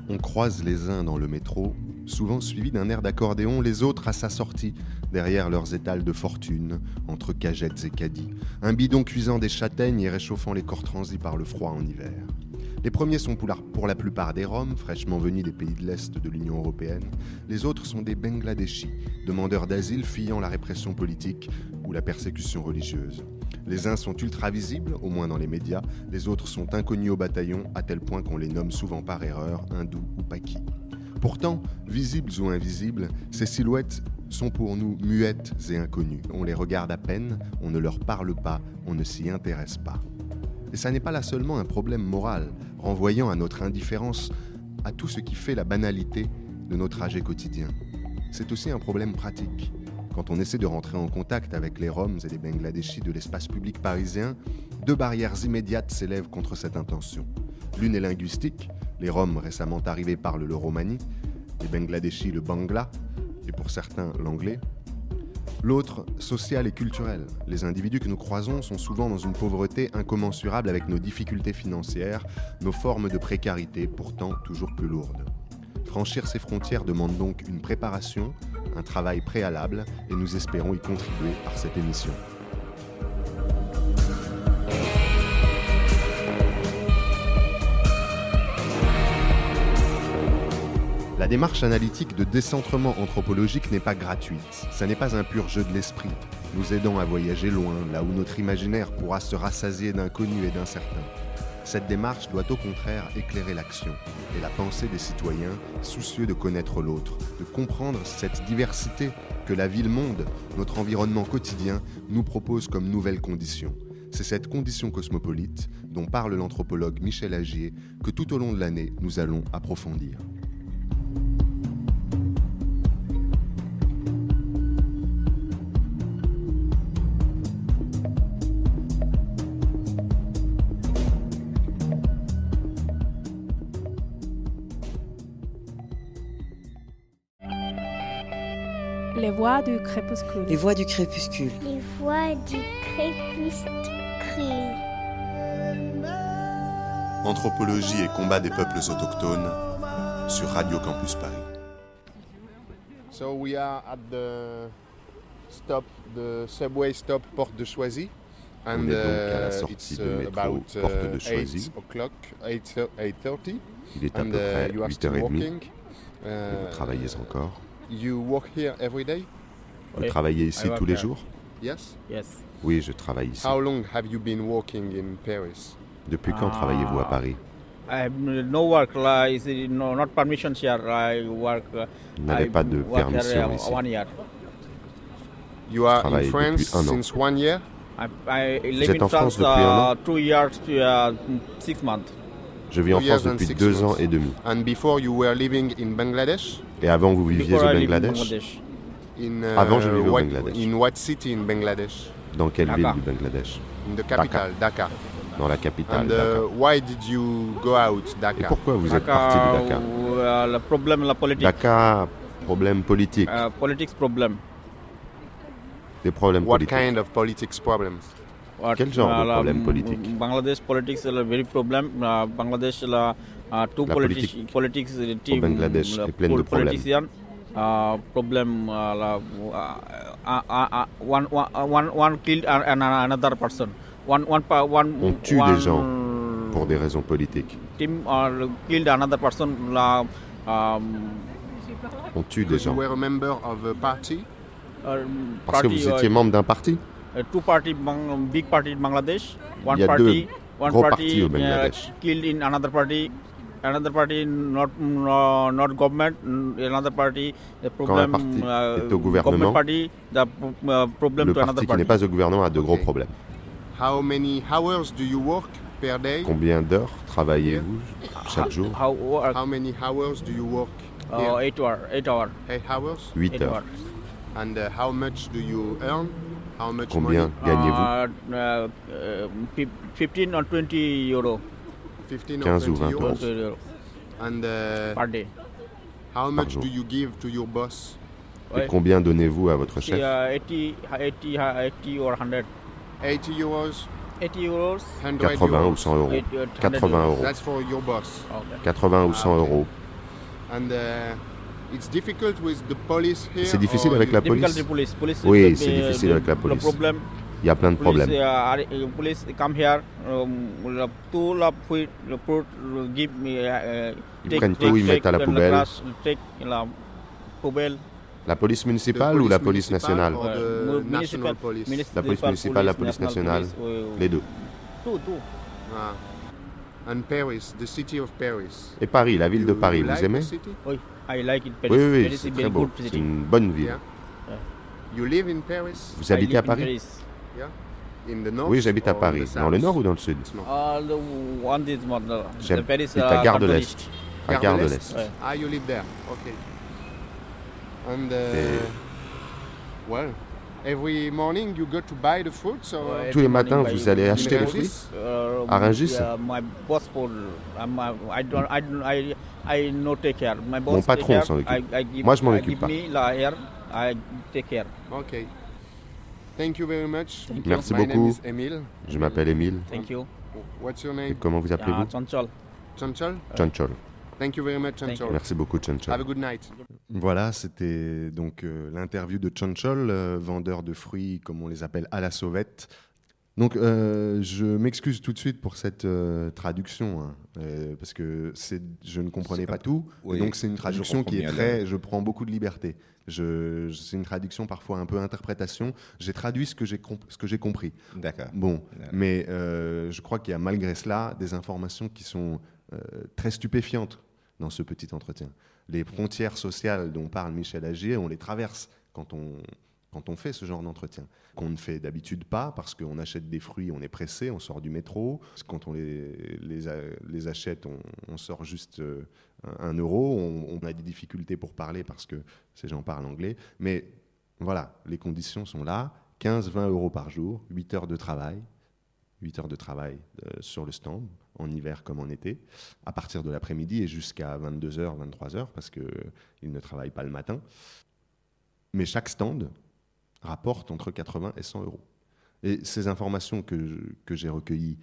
On croise les uns dans le métro, souvent suivis d'un air d'accordéon, les autres à sa sortie, derrière leurs étals de fortune, entre cagettes et caddies, un bidon cuisant des châtaignes et réchauffant les corps transis par le froid en hiver. Les premiers sont pour la plupart des Roms, fraîchement venus des pays de l'Est de l'Union européenne. Les autres sont des Bangladeshis, demandeurs d'asile fuyant la répression politique ou la persécution religieuse. Les uns sont ultra visibles, au moins dans les médias, les autres sont inconnus au bataillon, à tel point qu'on les nomme souvent par erreur hindous ou paquis. Pourtant, visibles ou invisibles, ces silhouettes sont pour nous muettes et inconnues. On les regarde à peine, on ne leur parle pas, on ne s'y intéresse pas. Et ça n'est pas là seulement un problème moral, renvoyant à notre indifférence à tout ce qui fait la banalité de nos trajets quotidiens. C'est aussi un problème pratique. Quand on essaie de rentrer en contact avec les Roms et les Bangladeshis de l'espace public parisien, deux barrières immédiates s'élèvent contre cette intention. L'une est linguistique, les Roms récemment arrivés parlent le romani, les Bangladeshis le bangla, et pour certains l'anglais. L'autre, sociale et culturelle. Les individus que nous croisons sont souvent dans une pauvreté incommensurable avec nos difficultés financières, nos formes de précarité pourtant toujours plus lourdes. Franchir ces frontières demande donc une préparation, un travail préalable, et nous espérons y contribuer par cette émission. La démarche analytique de décentrement anthropologique n'est pas gratuite. Ça n'est pas un pur jeu de l'esprit, nous aidant à voyager loin, là où notre imaginaire pourra se rassasier d'inconnus et d'incertains. Cette démarche doit au contraire éclairer l'action et la pensée des citoyens soucieux de connaître l'autre, de comprendre cette diversité que la ville-monde, notre environnement quotidien, nous propose comme nouvelle condition. C'est cette condition cosmopolite dont parle l'anthropologue Michel Agier que tout au long de l'année, nous allons approfondir. Les voix du crépuscule. Les voix du crépuscule. Les voix du crépuscule. Anthropologie et combat des peuples autochtones sur Radio Campus Paris. So we are at the subway stop Porte de Choisy. On est donc à la sortie de métro Porte de Choisy. 8:30. Il est à peu près 8h30 et vous travaillez encore. You work here every day? Vous travaillez ici tous les jours? Yes? Yes. Oui, je travaille ici. How long have you been working in Paris? Depuis quand travaillez-vous à Paris? I have no work, not permission here. I work. Vous n'avez pas de permission ici. 1 year. You are in travaille France depuis un an. since 1 year? I Vous live êtes in en France France depuis un an? 2 years to 6 months. Je vis en 2 France years and depuis 6 2 ans months. et demi. And before you were living in Bangladesh? Et avant, vous viviez au Before I lived in Bangladesh? Bangladesh. Avant, je vivais au Bangladesh. In what city in Bangladesh? Dans quelle Dakar. ville du Bangladesh? In the capital, Dhaka. Dans la capitale, And Dakar. why did you go out, Et Dhaka? pourquoi vous êtes parti de Dakar? Le problème, la politique. Dakar, problème politique. Politics problem. Des problèmes What politiques. kind of politics problems? Quel genre de problème politique? Bangladesh politics is a very problem. Bangladesh two La politics au Bangladesh est pleine de problèmes. politician problem one killed another person. On tue des gens pour des raisons politiques. Team killed another person. On tue des Because you gens. were a member of a party? Parce que vous étiez membre d'un parti? Two party, big party in Bangladesh. Il y a deux gros partis au party Bangladesh. killed in another party. Another party not government. Another party the Quand un problem. parti est au gouvernement, government party the problem le to another parti qui party. n'est pas au gouvernement a de gros Ok. problèmes. How many hours do you work per day? Combien d'heures travaillez-vous chaque jour? How many hours do you work here? 8 hours. 8 hours. 8 hours? 8 8 heures. hours. And how much do you earn? How much Combien money? gagnez-vous? 15 or 20 euro 15 or 15 ou 20 20 euros. euros. And per day. how much jour. do you give to your boss? Et combien donnez-vous à votre chef? 80 or 100. 80 euros? 80 euros. 100 80 euros. ou 100 euros. 100 80 euros. That's for your boss. Okay. 80 ou 100 euros And it's difficult with the police here. C'est difficile or avec la Difficult police. police. Oui, c'est difficile avec la police. The problem. Il y a plein de problèmes. Police come here to give me. Ils prennent tout, ils mettent à la poubelle. Take la poubelle. La police municipale ou la police nationale? Or the national police. La police municipale, la police nationale, les deux. Tout. Ah. And Paris, the city of Paris. Et Paris, la ville de Paris, You vous like aimez? the city? Oui, I like it. Oui, Paris. oui, Paris c'est is très very beau. good C'est city. une bonne ville. Yeah. You live in Paris? Vous habitez I à live in Paris? Yeah. In the north? Oui, j'habite à or in Paris. the Dans le south? nord ou dans le sud? The one is more. J'habite Paris. à Gare de Canton l'Est. À Gare de l'Est. Ouais. Ah, you live there. Okay. And well, every morning you go to buy the fruits or Ouais. Tous les matins, Morning vous by- allez in acheter les Rungis? fruits? À Rungis? My boss for I no take care. My boss Mon patron take care. s'en occupe. I give, Moi, je m'en I occupe give pas. me la here. I take care. Okay. Thank you very much. Merci My name beaucoup. is Emile. Je m'appelle Émile. Thank you. What's your Et name? comment vous appelez-vous? Chanchal. Chanchal? Chanchol. Thank you very much, Thank Chanchal. Merci beaucoup, Have a Chanchol. good night. Voilà, c'était donc l'interview de Chanchol, vendeur de fruits, comme on les appelle, à la sauvette. Donc, je m'excuse tout de suite pour cette traduction, hein, parce que je ne comprenais pas tout. Oui, Et donc, c'est une je traduction comprends qui est bien, très... Je prends beaucoup de liberté. C'est une traduction parfois un peu interprétation. J'ai traduit ce que j'ai compris. D'accord. Bon, Voilà. mais je crois qu'il y a malgré cela des informations qui sont très stupéfiantes dans ce petit entretien. Les frontières sociales dont parle Michel Agier, on les traverse quand on fait ce genre d'entretien. Qu'on ne fait d'habitude pas parce qu'on achète des fruits, on est pressé, on sort du métro. Quand on les achète, on sort juste 1 euro. On a des difficultés pour parler parce que ces gens parlent anglais. Mais voilà, les conditions sont là. 15-20 euros par jour, 8 heures de travail. 8 heures de travail sur le stand, en hiver comme en été, à partir de l'après-midi et jusqu'à 22h, 23h, parce qu'ils ne travaillent pas le matin. Mais chaque stand rapporte entre 80 et 100 euros. Et ces informations que j'ai recueillies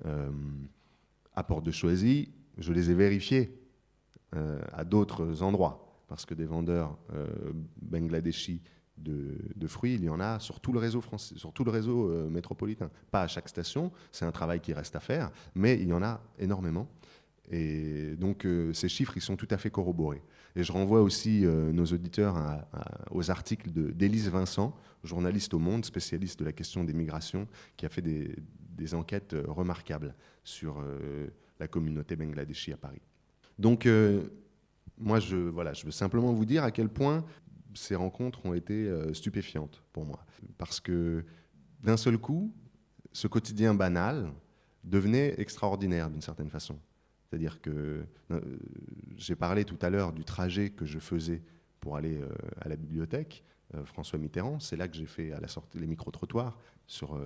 à Porte de Choisy, je les ai vérifiées à d'autres endroits, parce que des vendeurs bangladeshis de fruits, il y en a sur tout le réseau français, sur tout le réseau métropolitain. Pas à chaque station, c'est un travail qui reste à faire, mais il y en a énormément. Et donc ces chiffres, ils sont tout à fait corroborés. Et je renvoie aussi nos auditeurs aux articles d'Élise Vincent, journaliste au Monde, spécialiste de la question des migrations, qui a fait des enquêtes remarquables sur la communauté bangladeshi à Paris. Donc moi, je veux simplement vous dire à quel point ces rencontres ont été stupéfiantes pour moi. Parce que d'un seul coup, ce quotidien banal devenait extraordinaire d'une certaine façon. C'est-à-dire que j'ai parlé tout à l'heure du trajet que je faisais pour aller à la bibliothèque, François Mitterrand. C'est là que j'ai fait à la sortie les micro-trottoirs sur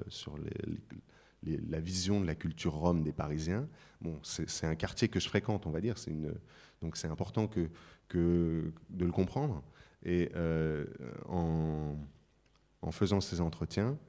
la vision de la culture rome des Parisiens. Bon, c'est un quartier que je fréquente, on va dire. Donc c'est important de le comprendre. Et en faisant ces entretiens,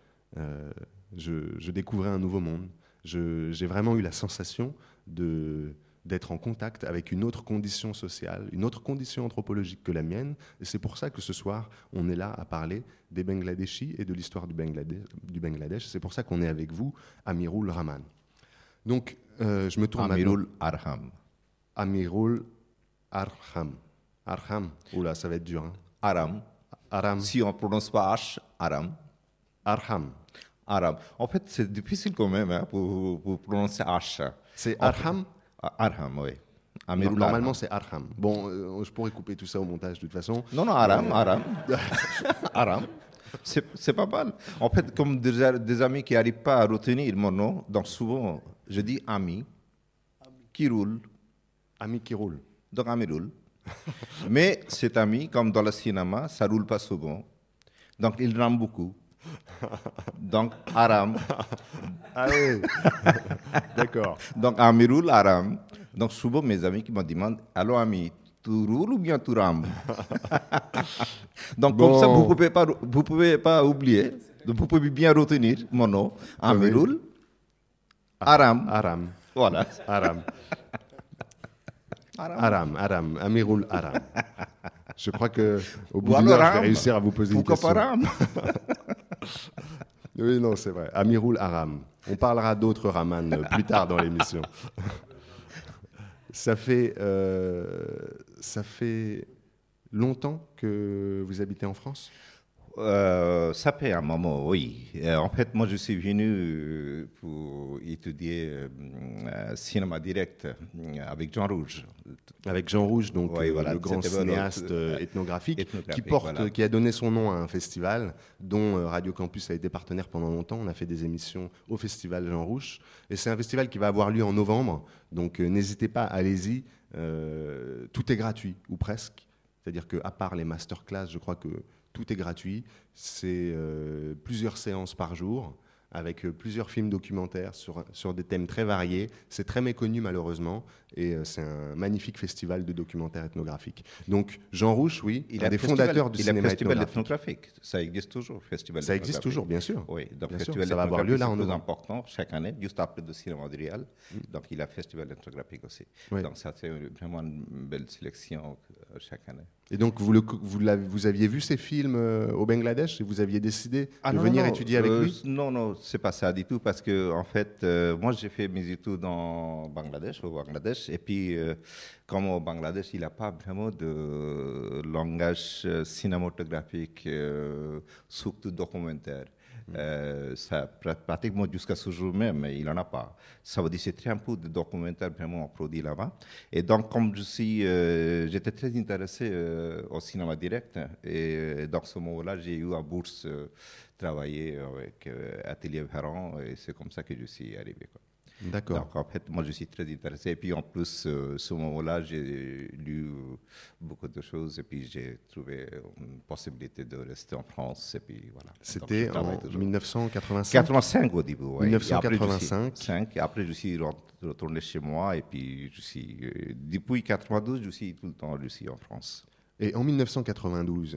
je découvrais un nouveau monde. J'ai vraiment eu la sensation d'être en contact avec une autre condition sociale, une autre condition anthropologique que la mienne. Et c'est pour ça que ce soir, on est là à parler des Bangladeshis et de l'histoire du Bangladesh. C'est pour ça qu'on est avec vous, Amirul Rahman. Donc, je me tourne Amirul Arham. Amirul Arham. Arham. Oula, ça va être dur. Hein. Aram. Aram. Si on ne prononce pas H, Aram. Arham. Aram. En fait, c'est difficile quand même pour prononcer H. C'est Arham. Arham, oui. Amirul Normalement, Arham. c'est Arham. Bon, je pourrais couper tout ça au montage de toute façon. Non, Aram. Aram. C'est pas mal. En fait, comme des amis qui n'arrivent pas à retenir mon nom, donc souvent, je dis ami, qui roule. Ami qui roule. Donc, Amirul. Mais cet ami, comme dans le cinéma, ça ne roule pas souvent. Donc, il rame beaucoup. Donc, Aram. Ah oui. D'accord. Donc, Amirul, Aram. Donc, souvent, mes amis qui me demandent, allô, ami, tu roules ou bien tu rames? Donc, comme ça, vous ne pouvez pas oublier. Donc, vous pouvez bien retenir mon nom. Amirul, Aram. Aram. Voilà. Aram. Aram, Amirul Aram. Je crois qu'au bout Ou d'une alors heure, je vais Ram. réussir à vous poser une Pourquoi question. pas Ram? Oui, non, c'est vrai. Amirul Aram. On parlera d'autres Raman plus tard dans l'émission. Ça fait longtemps que vous habitez en France? Ça fait un moment, oui. En fait, moi, je suis venu pour étudier cinéma direct avec Jean Rouge. Avec Jean Rouge, donc Oui, voilà, le grand c'était cinéaste voilà. ethnographique, Ethnographique, qui voilà. a donné son nom à un festival dont Radio Campus a été partenaire pendant longtemps. On a fait des émissions au festival Jean Rouge. Et c'est un festival qui va avoir lieu en novembre. Donc n'hésitez pas, allez-y. Tout est gratuit, ou presque. C'est-à-dire qu'à part les masterclass, je crois que tout est gratuit. C'est plusieurs séances par jour, avec plusieurs films documentaires sur des thèmes très variés. C'est très méconnu malheureusement, et c'est un magnifique festival de documentaires ethnographiques. Donc Jean Rouche, oui, un des fondateurs du cinéma festival ethnographique. ethnographique. Ça existe toujours, festival Ça existe ethnographique. toujours, bien sûr. Oui, donc Bien sûr, festival ça va avoir lieu là en ethnographique, c'est novembre. plus important chaque année, juste après le cinéma du Réal. Donc il y a festival ethnographique aussi. Oui. Donc ça c'est vraiment une belle sélection chaque année. Et donc vous aviez vu ces films au Bangladesh et vous aviez décidé de venir étudier avec lui? Non, c'est pas ça du tout, parce que en fait, moi j'ai fait mes études au Bangladesh, et puis comme au Bangladesh, il n'y a pas vraiment de langage cinématographique, surtout documentaire. Ça, pratiquement jusqu'à ce jour même, il n'en a pas. Ça veut dire que c'est très un peu de documentaires vraiment produits là-bas. Et donc, comme j'étais très intéressé au cinéma direct, et dans ce moment-là, j'ai eu à bourse travailler avec Atelier Ferrand, et c'est comme ça que je suis arrivé, quoi. D'accord. Donc, en fait, moi, je suis très intéressé. Et puis, en plus, ce moment-là, j'ai lu beaucoup de choses. Et puis, j'ai trouvé une possibilité de rester en France. Et puis, voilà. C'était en 1985. 85 au début, oui. 1985. Et après, je suis retourné chez moi. Et puis, depuis 92, je suis tout le temps en France. Et en 1992,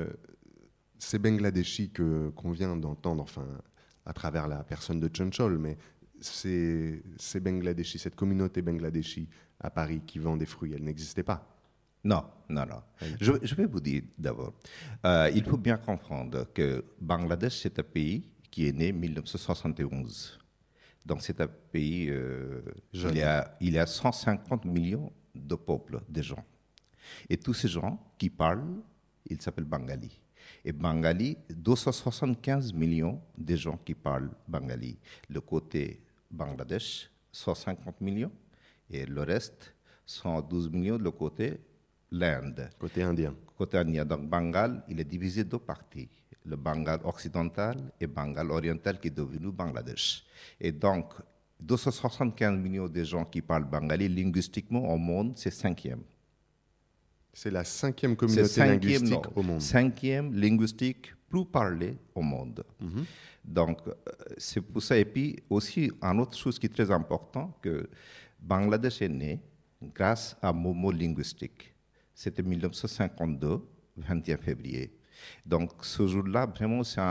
ces Bangladeshis qu'on vient d'entendre, enfin, à travers la personne de Chonchol, mais ces Bangladeshis, cette communauté Bangladeshi à Paris qui vend des fruits, elle n'existait pas. Non. Je vais vous dire d'abord, il faut bien comprendre que Bangladesh, c'est un pays qui est né en 1971. Donc c'est un pays, il y a 150 millions de peuples, de gens. Et tous ces gens qui parlent, ils s'appellent Bengali. Et Bengali, 275 millions de gens qui parlent Bengali. Le côté Bangladesh, 150 millions. Et le reste, 112 millions de le côté l'Inde. Côté indien. Côté indien. Donc Bengale, il est divisé en deux parties. Le Bengale occidental et Bengale oriental qui est devenu Bangladesh. Et donc, 275 millions de gens qui parlent Bengali, linguistiquement au monde, c'est 5e. C'est la 5e communauté linguistique au monde. 5e linguistique plus parlée au monde. Mm-hmm. Donc, c'est pour ça. Et puis, aussi, une autre chose qui est très importante, que Bangladesh est né grâce à un mouvement linguistique. C'était 1952, 21 février. Donc, ce jour-là, vraiment, c'est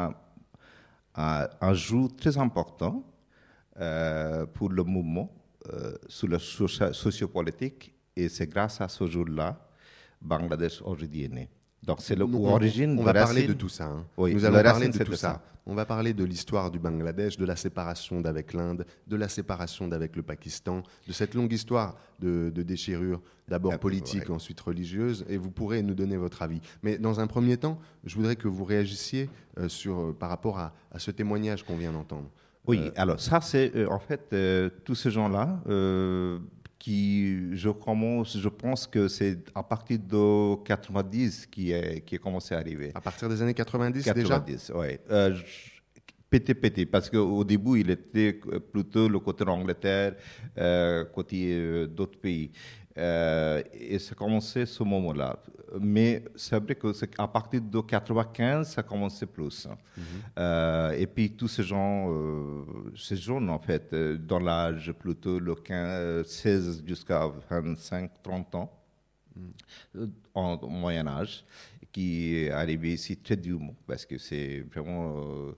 un jour très important pour le mouvement sur le sociopolitique. Et c'est grâce à ce jour-là Bangladesh aujourd'hui est né. Donc c'est l'origine. On va parler de tout ça. Hein. Oui, nous allons parler de tout ça. On va parler de l'histoire du Bangladesh, de la séparation d'avec l'Inde, de la séparation d'avec le Pakistan, de cette longue histoire de déchirure, d'abord politique, ensuite religieuse, et vous pourrez nous donner votre avis. Mais dans un premier temps, je voudrais que vous réagissiez par rapport à ce témoignage qu'on vient d'entendre. Oui, alors ça c'est en fait tous ces gens-là qui, je pense que c'est à partir de 90 qui est commencé à arriver. À partir des années 90 déjà ? 90, oui. Petit, parce qu'au début, il était plutôt le côté de l'Angleterre, côté d'autres pays. Et ça a commencé à ce moment-là. Mais c'est vrai qu'à partir de 95, ça a commencé plus. Mm-hmm. Et puis tous ces gens en fait, dans l'âge plutôt le 16 jusqu'à 25-30 ans, en moyen âge, qui est arrivé ici très durement, parce que c'est vraiment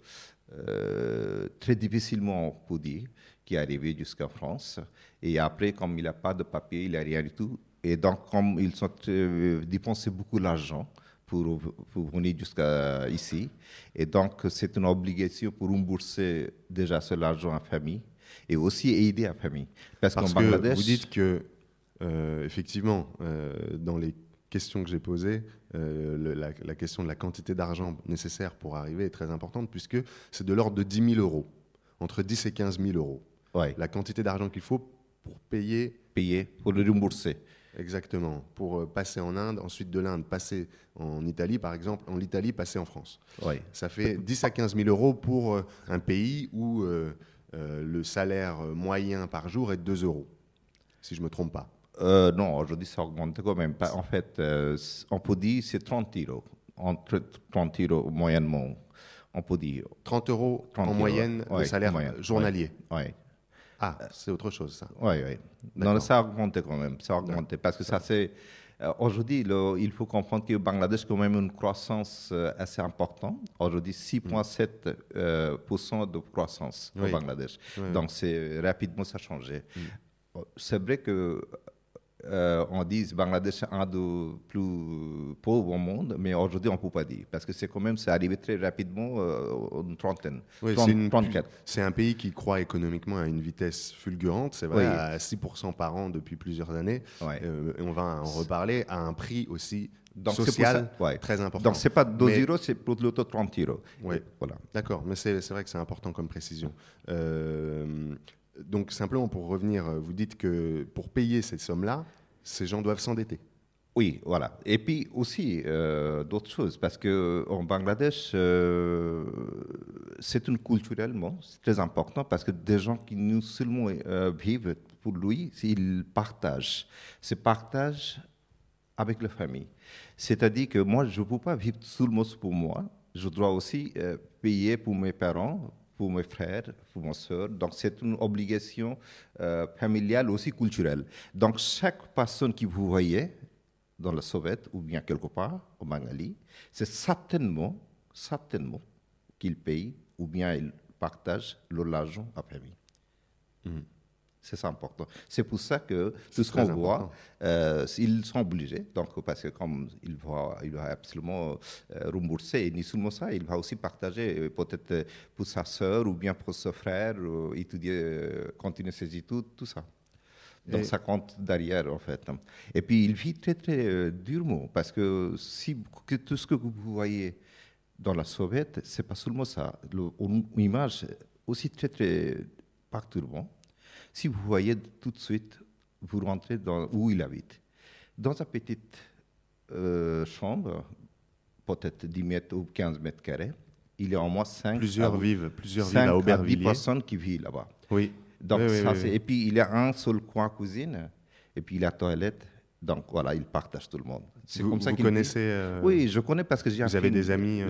très difficilement pour dire, qui est arrivé jusqu'à France. Et après, comme il n'a pas de papier, il n'a rien du tout, Et donc, comme ils ont dépensé beaucoup d'argent pour venir jusqu'à ici, et donc c'est une obligation pour rembourser déjà cet argent à la famille et aussi aider la famille. Parce qu'en que Bangladesh, vous dites que, effectivement, dans les questions que j'ai posées, la question de la quantité d'argent nécessaire pour arriver est très importante, puisque c'est de l'ordre de 10 000 euros, entre 10 et 15 000 euros. ouais, La quantité d'argent qu'il faut pour payer. payer pour le rembourser. Exactement, pour passer en Inde, ensuite de l'Inde passer en Italie, par exemple, en Italie passer en France. Ouais. Ça fait 10 à 15 000 euros pour un pays où le salaire moyen par jour est de 2 euros, si je ne me trompe pas. Non, aujourd'hui, ça augmente quand même. En fait, on peut dire que c'est 30 euros, entre 30 euros moyennement, on peut dire. 30 euros 30 en euros, moyenne ouais, de salaire en moyenne, journalier. Ouais. Ah, c'est autre chose, ça. Oui, oui. D'accord. Non, ça a augmenté quand même. Ça a augmenté parce que ça, c'est. Aujourd'hui, il faut comprendre que le Bangladesh a quand même une croissance assez importante. Aujourd'hui, 6,7% de croissance Oui. au Bangladesh. Oui. Donc, rapidement, ça a changé. C'est vrai que on dit que Bangladesh est un des plus pauvres au monde, mais aujourd'hui, on ne peut pas dire. Parce que c'est arrivé très rapidement, une trentaine. Oui, 34. c'est un pays qui croît économiquement à une vitesse fulgurante, c'est vrai, Oui. à 6% par an depuis plusieurs années. Ouais. Et on va en reparler à un prix aussi Donc, c'est pour social ça, ouais. très important. Donc, ce n'est pas 2 Mais- euros, c'est plutôt 30 euros. Oui. Voilà. D'accord, mais c'est vrai que c'est important comme précision. Donc simplement pour revenir, vous dites que pour payer ces sommes-là, ces gens doivent s'endetter. Oui, voilà. Et puis aussi, d'autres choses, parce qu'en Bangladesh, c'est culturellement, c'est très important, parce que des gens qui nous seulement vivent pour lui, ils partagent. Ce partage avec la famille. C'est-à-dire que moi, je ne peux pas vivre seulement pour moi, je dois aussi payer pour mes parents, pour mes frères, pour ma soeur. Donc, c'est une obligation familiale aussi culturelle. Donc, chaque personne que vous voyez dans le Soviet ou bien quelque part au Bengali, c'est certainement qu'il paye ou bien il partage l'argent à la famille. C'est ça important. C'est pour ça que tout ce qu'on très voit, ils sont obligés, donc, parce que comme il va absolument rembourser, et ni seulement ça, il va aussi partager peut-être pour sa sœur ou bien pour son frère, étudier, continuer ses études, tout ça. Donc Et- ça compte derrière en fait. Et puis il vit très très durement, parce que tout ce que vous voyez dans la Soviet, c'est pas seulement ça. Une image aussi très très perturbante. Si vous voyez tout de suite, vous rentrez dans où il habite. Dans sa petite chambre, peut-être 10 mètres ou 15 mètres carrés, il y a au moins 5 Plusieurs vivent à 10 Aubervilliers. personnes qui vivent là-bas. Oui. Donc, Oui, ça, oui, oui. Et puis il y a un seul coin cuisine, et puis la toilette. Donc voilà, ils partagent tout le monde. C'est comme ça Vous qu'ils connaissez vivent. Oui, je connais parce que j'ai un Vous avez film. des amis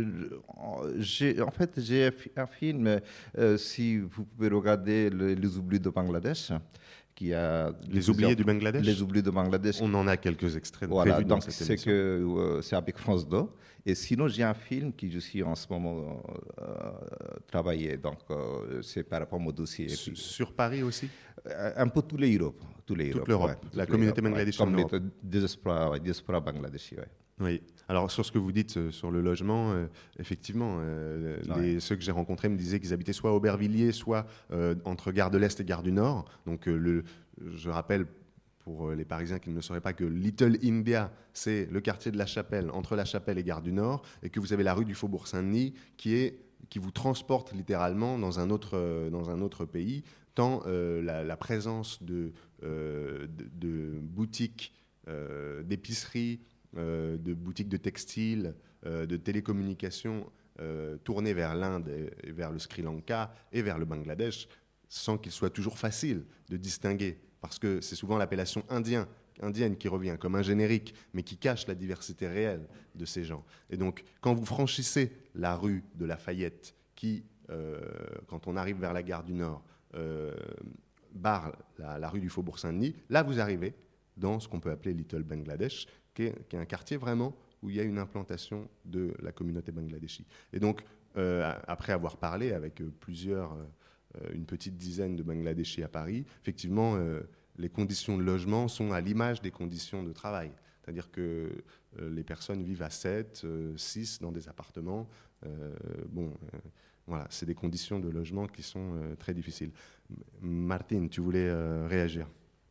En fait, j'ai un film, si vous pouvez regarder Les Oubliés de Bangladesh, qui a... Les Oubliés du Bangladesh. Les Oubliés de Bangladesh. On en a quelques extraits Voilà, prévus dans donc cette c'est émission. c'est avec France 2. Et sinon, j'ai un film qui je suis en ce moment travaillé. Donc, c'est par rapport à mon dossier. Et puis, Sur Paris aussi. un peu toute l'Europe. Toute l'Europe. La communauté bangladeshienne en Europe. Diaspora bangladeshi, ouais. Oui. Alors sur ce que vous dites sur le logement, effectivement, ceux que j'ai rencontrés me disaient qu'ils habitaient soit à Aubervilliers, soit entre Gare de l'Est et Gare du Nord. Donc je rappelle pour les Parisiens qui ne le sauraient pas que Little India, c'est le quartier de la Chapelle, entre la Chapelle et Gare du Nord, et que vous avez la rue du Faubourg Saint-Denis qui vous transporte littéralement dans un autre pays, tant la présence de boutiques, d'épiceries, de boutiques de textiles, de télécommunications tournées vers l'Inde et vers le Sri Lanka et vers le Bangladesh, sans qu'il soit toujours facile de distinguer, parce que c'est souvent l'appellation indienne qui revient comme un générique, mais qui cache la diversité réelle de ces gens. Et donc, quand vous franchissez la rue de Lafayette, qui, quand on arrive vers la gare du Nord, barre la rue du Faubourg Saint-Denis, là vous arrivez dans ce qu'on peut appeler Little Bangladesh, qui est un quartier vraiment où il y a une implantation de la communauté bangladeshi. Et donc, après avoir parlé avec une petite dizaine de Bangladeshis à Paris, effectivement, les conditions de logement sont à l'image des conditions de travail. C'est-à-dire que les personnes vivent à 7, 6 dans des appartements. Voilà, c'est des conditions de logement qui sont très difficiles. Martine, tu voulais réagir?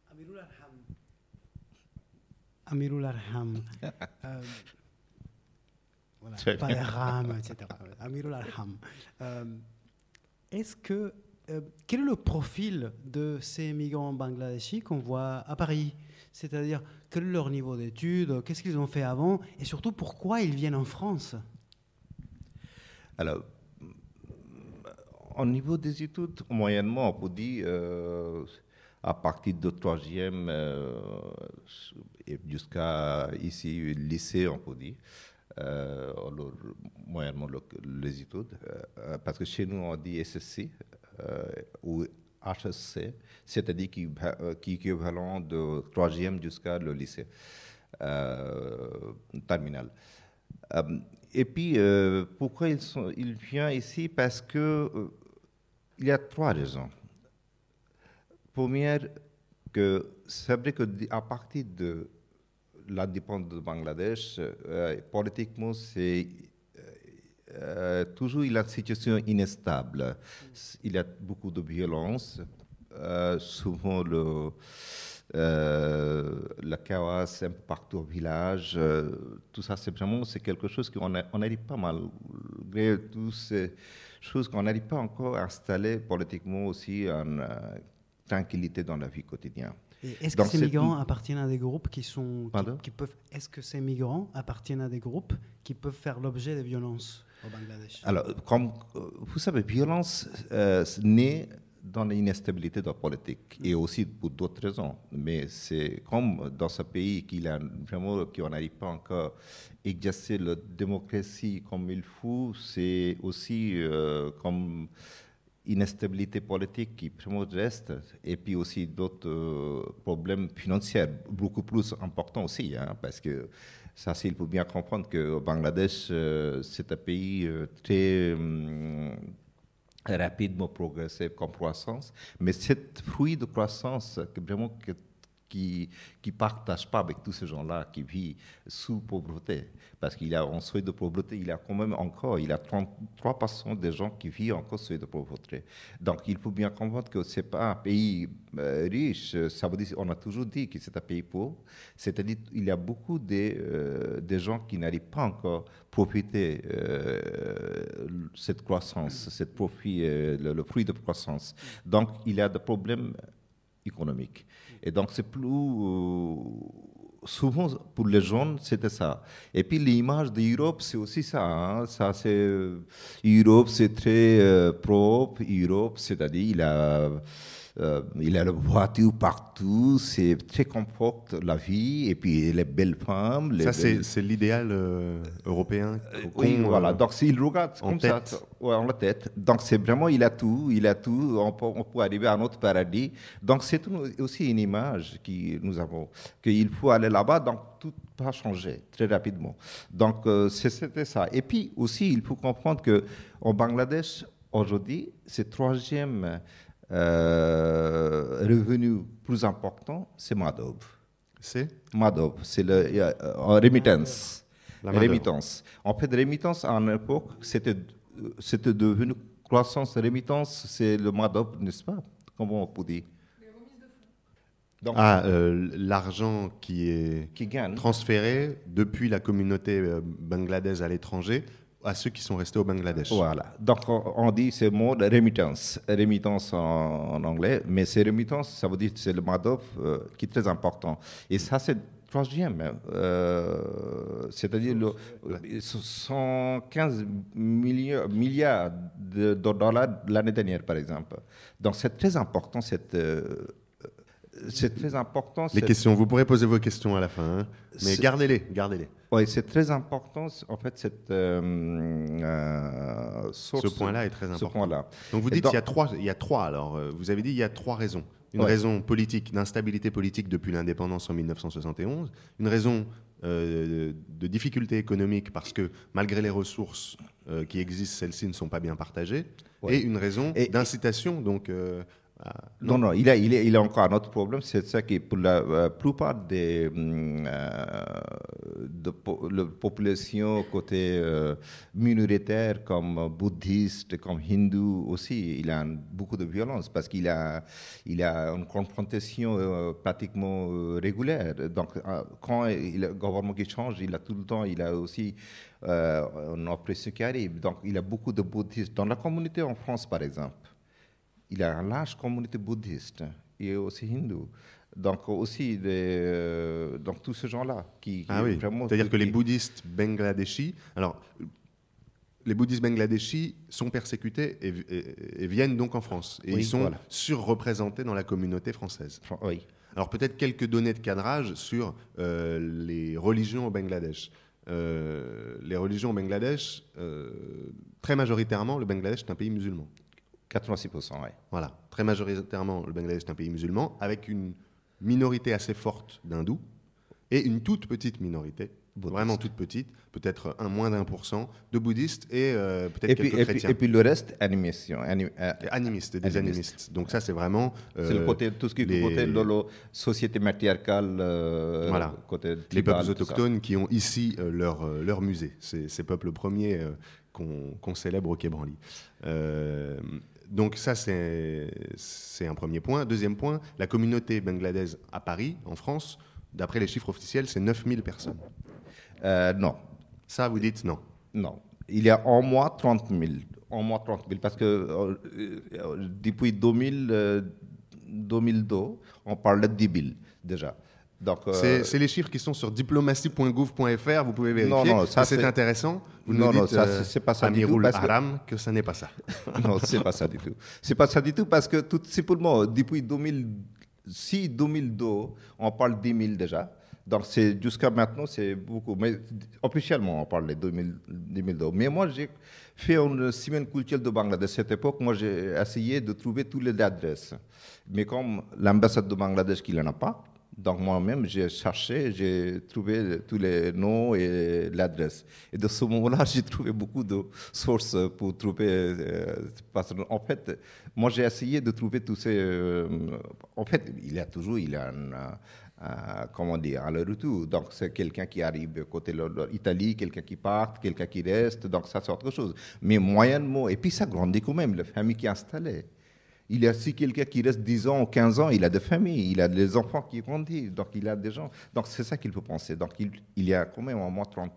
Amirul Arham. Voilà, pas Arham, etc. Amirul Arham. Quel est le profil de ces migrants bangladeshis qu'on voit à Paris? C'est-à-dire, quel est leur niveau d'études? Qu'est-ce qu'ils ont fait avant? Et surtout, pourquoi ils viennent en France? Alors, au niveau des études, moyennement, on peut dire, à partir de 3e jusqu'à ici, lycée, on peut dire, alors, moyennement les études, parce que chez nous, on dit SSC ou HSC, c'est-à-dire qui est équivalent de 3e jusqu'à le lycée terminal. Et puis, pourquoi ils viennent ici? Parce que il y a 3 raisons. Première, que c'est vrai qu'à partir de l'indépendance de Bangladesh, politiquement, c'est toujours il y a une situation instable. Il y a beaucoup de violence, souvent la chaos un peu partout au village. Tout ça, c'est quelque chose qu'on n'arrive pas, malgré toutes ces choses qu'on n'arrive pas encore à installer politiquement aussi en tranquillité dans la vie quotidienne. Et est-ce que ces migrants appartiennent à des groupes qui peuvent? Est-ce que ces migrants appartiennent à des groupes qui peuvent faire l'objet de violences au Bangladesh? Alors, comme vous savez, violence naît dans l'instabilité de la politique et aussi pour d'autres raisons. Mais c'est comme dans ce pays qu'on n'arrive pas encore à exercer la démocratie comme il faut, c'est aussi comme instabilité politique qui reste, et puis aussi d'autres problèmes financiers beaucoup plus importants aussi, parce que ça, il faut bien comprendre que au Bangladesh, c'est un pays très rapidement progressé comme croissance, mais cette fruit de croissance qui ne partagent pas avec tous ces gens-là qui vivent sous pauvreté. Parce qu'il y a en seuil de pauvreté, il y a quand même encore, il y a 33% des gens qui vivent encore seuil de pauvreté. Donc il faut bien comprendre que ce n'est pas un pays riche, ça veut dire, on a toujours dit que c'est un pays pauvre, c'est-à-dire qu'il y a beaucoup de gens qui n'arrivent pas encore à profiter de cette croissance, ce profit, le fruit de croissance. Donc il y a des problèmes économiques. Et donc, c'est plus souvent pour les jeunes, c'était ça. Et puis l'image de l'Europe, c'est aussi ça. Ça, c'est Europe, c'est très propre. Europe, c'est-à-dire il a la voiture partout, c'est très confort la vie, et puis les belles femmes. C'est l'idéal européen. Oui, voilà. Donc s'il regarde comme ça, en la tête. Donc c'est vraiment, il a tout. On peut arriver à notre paradis. Donc c'est aussi une image que nous avons, qu'il faut aller là-bas. Donc tout va changer très rapidement. Donc c'était ça. Et puis aussi, il faut comprendre que au Bangladesh aujourd'hui, c'est 3e revenu plus important, c'est Madob. C'est Madob, c'est le remittance. Remittance. En fait, remittance en époque, c'était devenu croissance remittance, c'est le Madob, n'est-ce pas? Comment on peut dire? Donc, l'argent qui est transféré depuis la communauté bangladaise à l'étranger à ceux qui sont restés au Bangladesh. Voilà. Donc, on dit ce mot de remittance. Remittance en anglais, mais c'est remittance, ça veut dire que c'est le Madoff qui est très important. Et ça, c'est 3e. C'est-à-dire 115 milliards de dollars l'année dernière, par exemple. Donc, c'est très important, c'est très important. Les questions, vous pourrez poser vos questions à la fin, mais gardez-les. Oui, c'est très important. En fait, cette source. Ce point-là est très important. Ce point-là. Donc vous dites qu'il y a trois. Alors, vous avez dit il y a 3 raisons. Une raison politique, d'instabilité politique depuis l'indépendance en 1971. Une raison de difficulté économique parce que malgré les ressources qui existent, celles-ci ne sont pas bien partagées. Et une raison d'incitation, donc Non, il a encore un autre problème, c'est ça que pour la plupart des la population côté minoritaire, comme bouddhiste, comme hindoue aussi, il a beaucoup de violence parce qu'il a une confrontation pratiquement régulière. Donc, quand le gouvernement qui change, il a tout le temps, il a aussi une oppression qui arrive. Donc, il a beaucoup de bouddhistes. Dans la communauté en France, par exemple, il y a une large communauté bouddhiste et aussi hindoue. Donc aussi, donc tous ces gens-là qui oui. Vraiment... C'est-à-dire que les bouddhistes bangladeshis... Alors, les bouddhistes bangladeshis sont persécutés et viennent donc en France. Et ils sont surreprésentés dans la communauté française. Oui. Alors peut-être quelques données de cadrage sur les religions au Bangladesh. Les religions au Bangladesh, très majoritairement, le Bangladesh est un pays musulman. 86%, oui. Voilà, très majoritairement, le Bangladesh est un pays musulman, avec une minorité assez forte d'hindous et une toute petite minorité, vraiment toute petite, peut-être moins d'1% de bouddhistes et peut-être quelques chrétiens. Et puis le reste, animistes, des animistes. Donc ça, c'est vraiment... c'est le côté, tout ce qui est côté de la société matriarcale, côté tribal, les peuples autochtones qui ont ici leur musée. Ces peuples premiers qu'on célèbre au Quai Branly. Donc ça, c'est un premier point. Deuxième point, la communauté bangladaise à Paris, en France, d'après les chiffres officiels, c'est 9000 personnes. Non. Ça, vous dites non? Non. Il y a en mois 30 000. En mois 30 000, parce que depuis 2002, on parle de 10 000 déjà. C'est les chiffres qui sont sur diplomatie.gouv.fr, vous pouvez vérifier. Non, ça c'est intéressant. Vous nous dites, c'est pas ça Amirul Haram, que ça n'est pas ça. Non, c'est pas ça du tout. C'est pas ça du tout parce que tout simplement, depuis 2002, on parle 10 000 déjà. Donc jusqu'à maintenant, c'est beaucoup. Mais officiellement, on parle de 2002. Mais moi, j'ai fait une semaine culturelle de Bangladesh. À cette époque, moi, j'ai essayé de trouver toutes les adresses. Mais comme l'ambassade de Bangladesh, qu'il n'en a pas, donc moi-même, j'ai cherché, j'ai trouvé tous les noms et l'adresse. Et de ce moment-là, j'ai trouvé beaucoup de sources pour trouver... en fait, moi, j'ai essayé de trouver tous ces... en fait, il y a comment dire, à le retour. Donc, c'est quelqu'un qui arrive côté l'Italie, quelqu'un qui part, quelqu'un qui reste. Donc, ça, c'est autre chose. Mais moyennement... Et puis, ça grandit quand même, la famille qui est installée. Il y a aussi quelqu'un qui reste 10 ans ou 15 ans, il a des familles, il a des enfants qui grandissent, donc il a des gens. Donc c'est ça qu'il faut penser. Donc il y a quand même au moins 30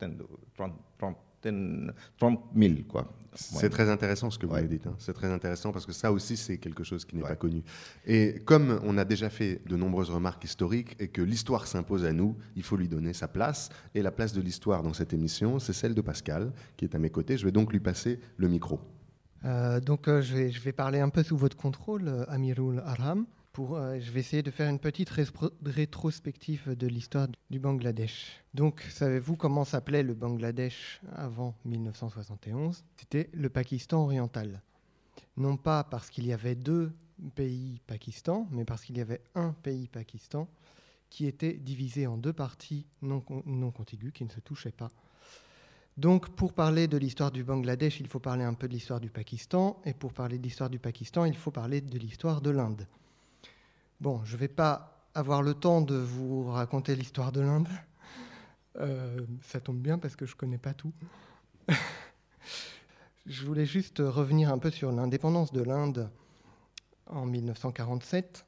000, quoi. C'est très intéressant ce que vous nous dites. Hein. C'est très intéressant parce que ça aussi, c'est quelque chose qui n'est pas connu. Et comme on a déjà fait de nombreuses remarques historiques et que l'histoire s'impose à nous, il faut lui donner sa place. Et la place de l'histoire dans cette émission, c'est celle de Pascal, qui est à mes côtés. Je vais donc lui passer le micro. Je vais parler un peu sous votre contrôle, Amirul Haram. Je vais essayer de faire une petite rétrospective de l'histoire du Bangladesh. Donc, savez-vous comment s'appelait le Bangladesh avant 1971 ? C'était le Pakistan oriental. Non pas parce qu'il y avait 2 pays Pakistan, mais parce qu'il y avait un pays Pakistan qui était divisé en 2 parties non contiguës, qui ne se touchaient pas. Donc, pour parler de l'histoire du Bangladesh, il faut parler un peu de l'histoire du Pakistan. Et pour parler de l'histoire du Pakistan, il faut parler de l'histoire de l'Inde. Bon, je ne vais pas avoir le temps de vous raconter l'histoire de l'Inde. Ça tombe bien parce que je ne connais pas tout. Je voulais juste revenir un peu sur l'indépendance de l'Inde en 1947.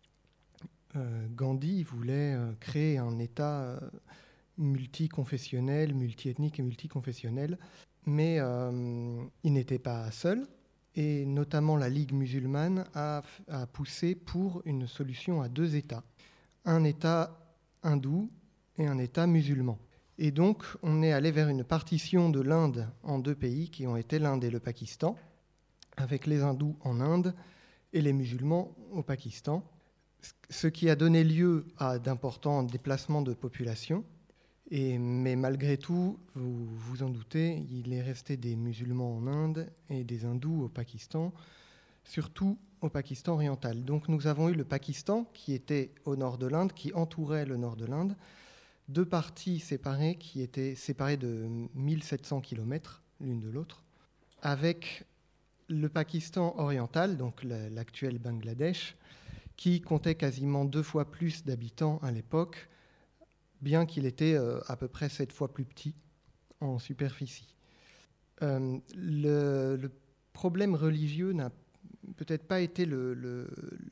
Gandhi voulait créer un État... multiconfessionnel, multiethnique et multiconfessionnel, mais il n'était pas seul, et notamment la Ligue musulmane a poussé pour une solution à 2 États, un État hindou et un État musulman. Et donc, on est allé vers une partition de l'Inde en 2 pays qui ont été l'Inde et le Pakistan, avec les hindous en Inde et les musulmans au Pakistan, ce qui a donné lieu à d'importants déplacements de population. Mais malgré tout, vous vous en doutez, il est resté des musulmans en Inde et des hindous au Pakistan, surtout au Pakistan oriental. Donc nous avons eu le Pakistan qui était au nord de l'Inde, qui entourait le nord de l'Inde, 2 parties séparées qui étaient séparées de 1700 km l'une de l'autre, avec le Pakistan oriental, donc l'actuel Bangladesh, qui comptait quasiment 2 fois plus d'habitants à l'époque, bien qu'il était à peu près 7 fois plus petit en superficie. Le problème religieux n'a peut-être pas été la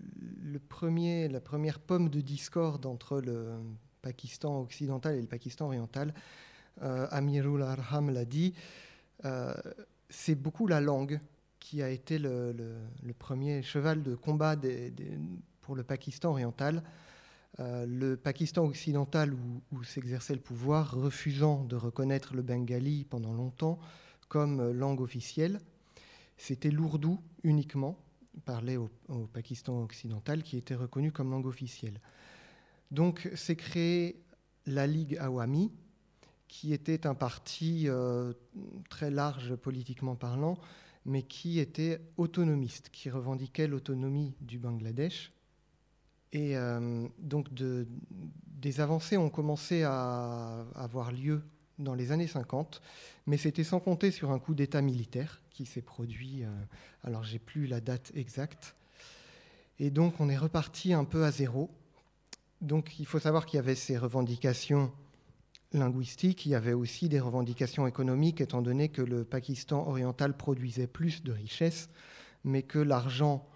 première pomme de discorde entre le Pakistan occidental et le Pakistan oriental. Amirul Arham l'a dit, c'est beaucoup la langue qui a été le premier cheval de combat pour le Pakistan oriental. Le Pakistan occidental, où s'exerçait le pouvoir, refusant de reconnaître le bengali pendant longtemps comme langue officielle. C'était l'ourdou uniquement, parlé au Pakistan occidental, qui était reconnu comme langue officielle. Donc s'est créée la Ligue Awami, qui était un parti très large politiquement parlant, mais qui était autonomiste, qui revendiquait l'autonomie du Bangladesh. Et donc des avancées ont commencé à avoir lieu dans les années 50, mais c'était sans compter sur un coup d'État militaire qui s'est produit, alors j'ai plus la date exacte. Et donc on est reparti un peu à zéro. Donc il faut savoir qu'il y avait ces revendications linguistiques, il y avait aussi des revendications économiques, étant donné que le Pakistan oriental produisait plus de richesses, mais que l'argent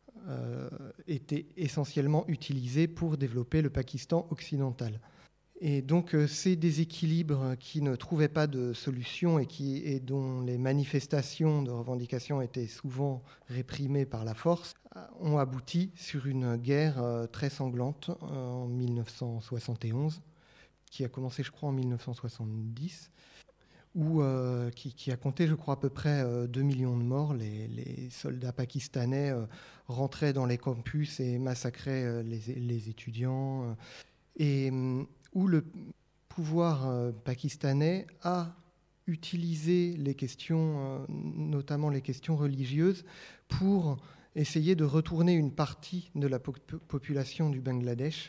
était essentiellement utilisé pour développer le Pakistan occidental. Et donc ces déséquilibres qui ne trouvaient pas de solution et dont les manifestations de revendication étaient souvent réprimées par la force ont abouti sur une guerre très sanglante en 1971, qui a commencé je crois en 1970, qui a compté je crois à peu près 2 millions de morts. Les soldats pakistanais rentraient dans les campus et massacraient les étudiants. Et où le pouvoir pakistanais a utilisé les questions, notamment les questions religieuses, pour essayer de retourner une partie de la population du Bangladesh,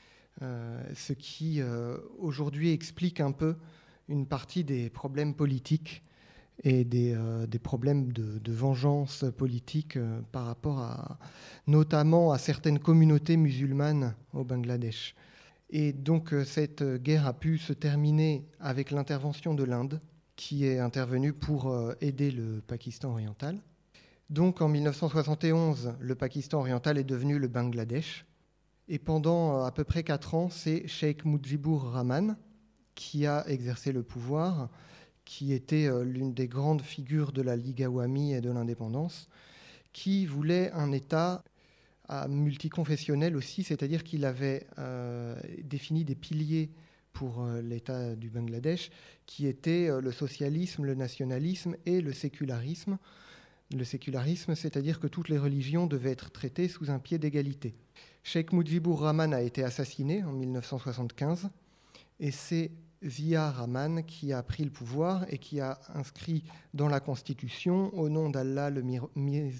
ce qui aujourd'hui explique un peu une partie des problèmes politiques et des problèmes de vengeance politique par rapport notamment à certaines communautés musulmanes au Bangladesh. Et donc cette guerre a pu se terminer avec l'intervention de l'Inde, qui est intervenue pour aider le Pakistan oriental. Donc en 1971, le Pakistan oriental est devenu le Bangladesh. Et pendant à peu près 4 ans, c'est Sheikh Mujibur Rahman qui a exercé le pouvoir, qui était l'une des grandes figures de la Ligue Awami et de l'indépendance, qui voulait un État multiconfessionnel aussi, c'est-à-dire qu'il avait défini des piliers pour l'État du Bangladesh, qui étaient le socialisme, le nationalisme et le sécularisme. Le sécularisme, c'est-à-dire que toutes les religions devaient être traitées sous un pied d'égalité. Sheikh Mujibur Rahman a été assassiné en 1975, et c'est Zia Rahman qui a pris le pouvoir et qui a inscrit dans la Constitution « Au nom d'Allah le miséricordieux ».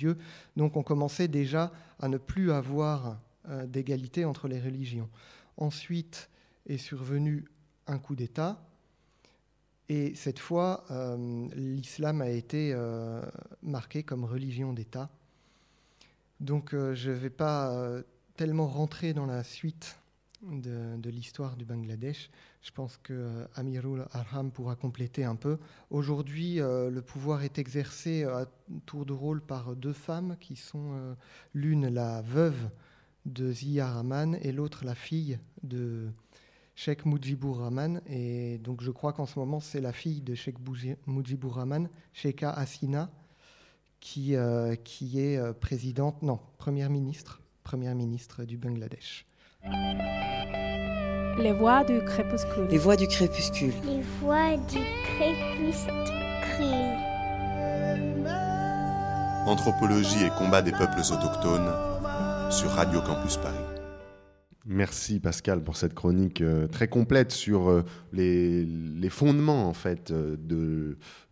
Donc on commençait déjà à ne plus avoir d'égalité entre les religions. Ensuite est survenu un coup d'État, et cette fois, l'islam a été marqué comme religion d'État. Donc je ne vais pas tellement rentrer dans la suite de l'histoire du Bangladesh. Je pense que Amirul Arham pourra compléter un peu. Aujourd'hui, le pouvoir est exercé à tour de rôle par 2 femmes qui sont l'une la veuve de Zia Rahman et l'autre la fille de Sheikh Mujibur Rahman. Et donc je crois qu'en ce moment, c'est la fille de Sheikh Mujibur Rahman, Sheikha Hasina, qui est première ministre du Bangladesh. Les voix du crépuscule. Les voix du crépuscule. Les voix du crépuscule. Anthropologie et combat des peuples autochtones sur Radio Campus Paris. Merci Pascal pour cette chronique très complète sur les fondements en fait de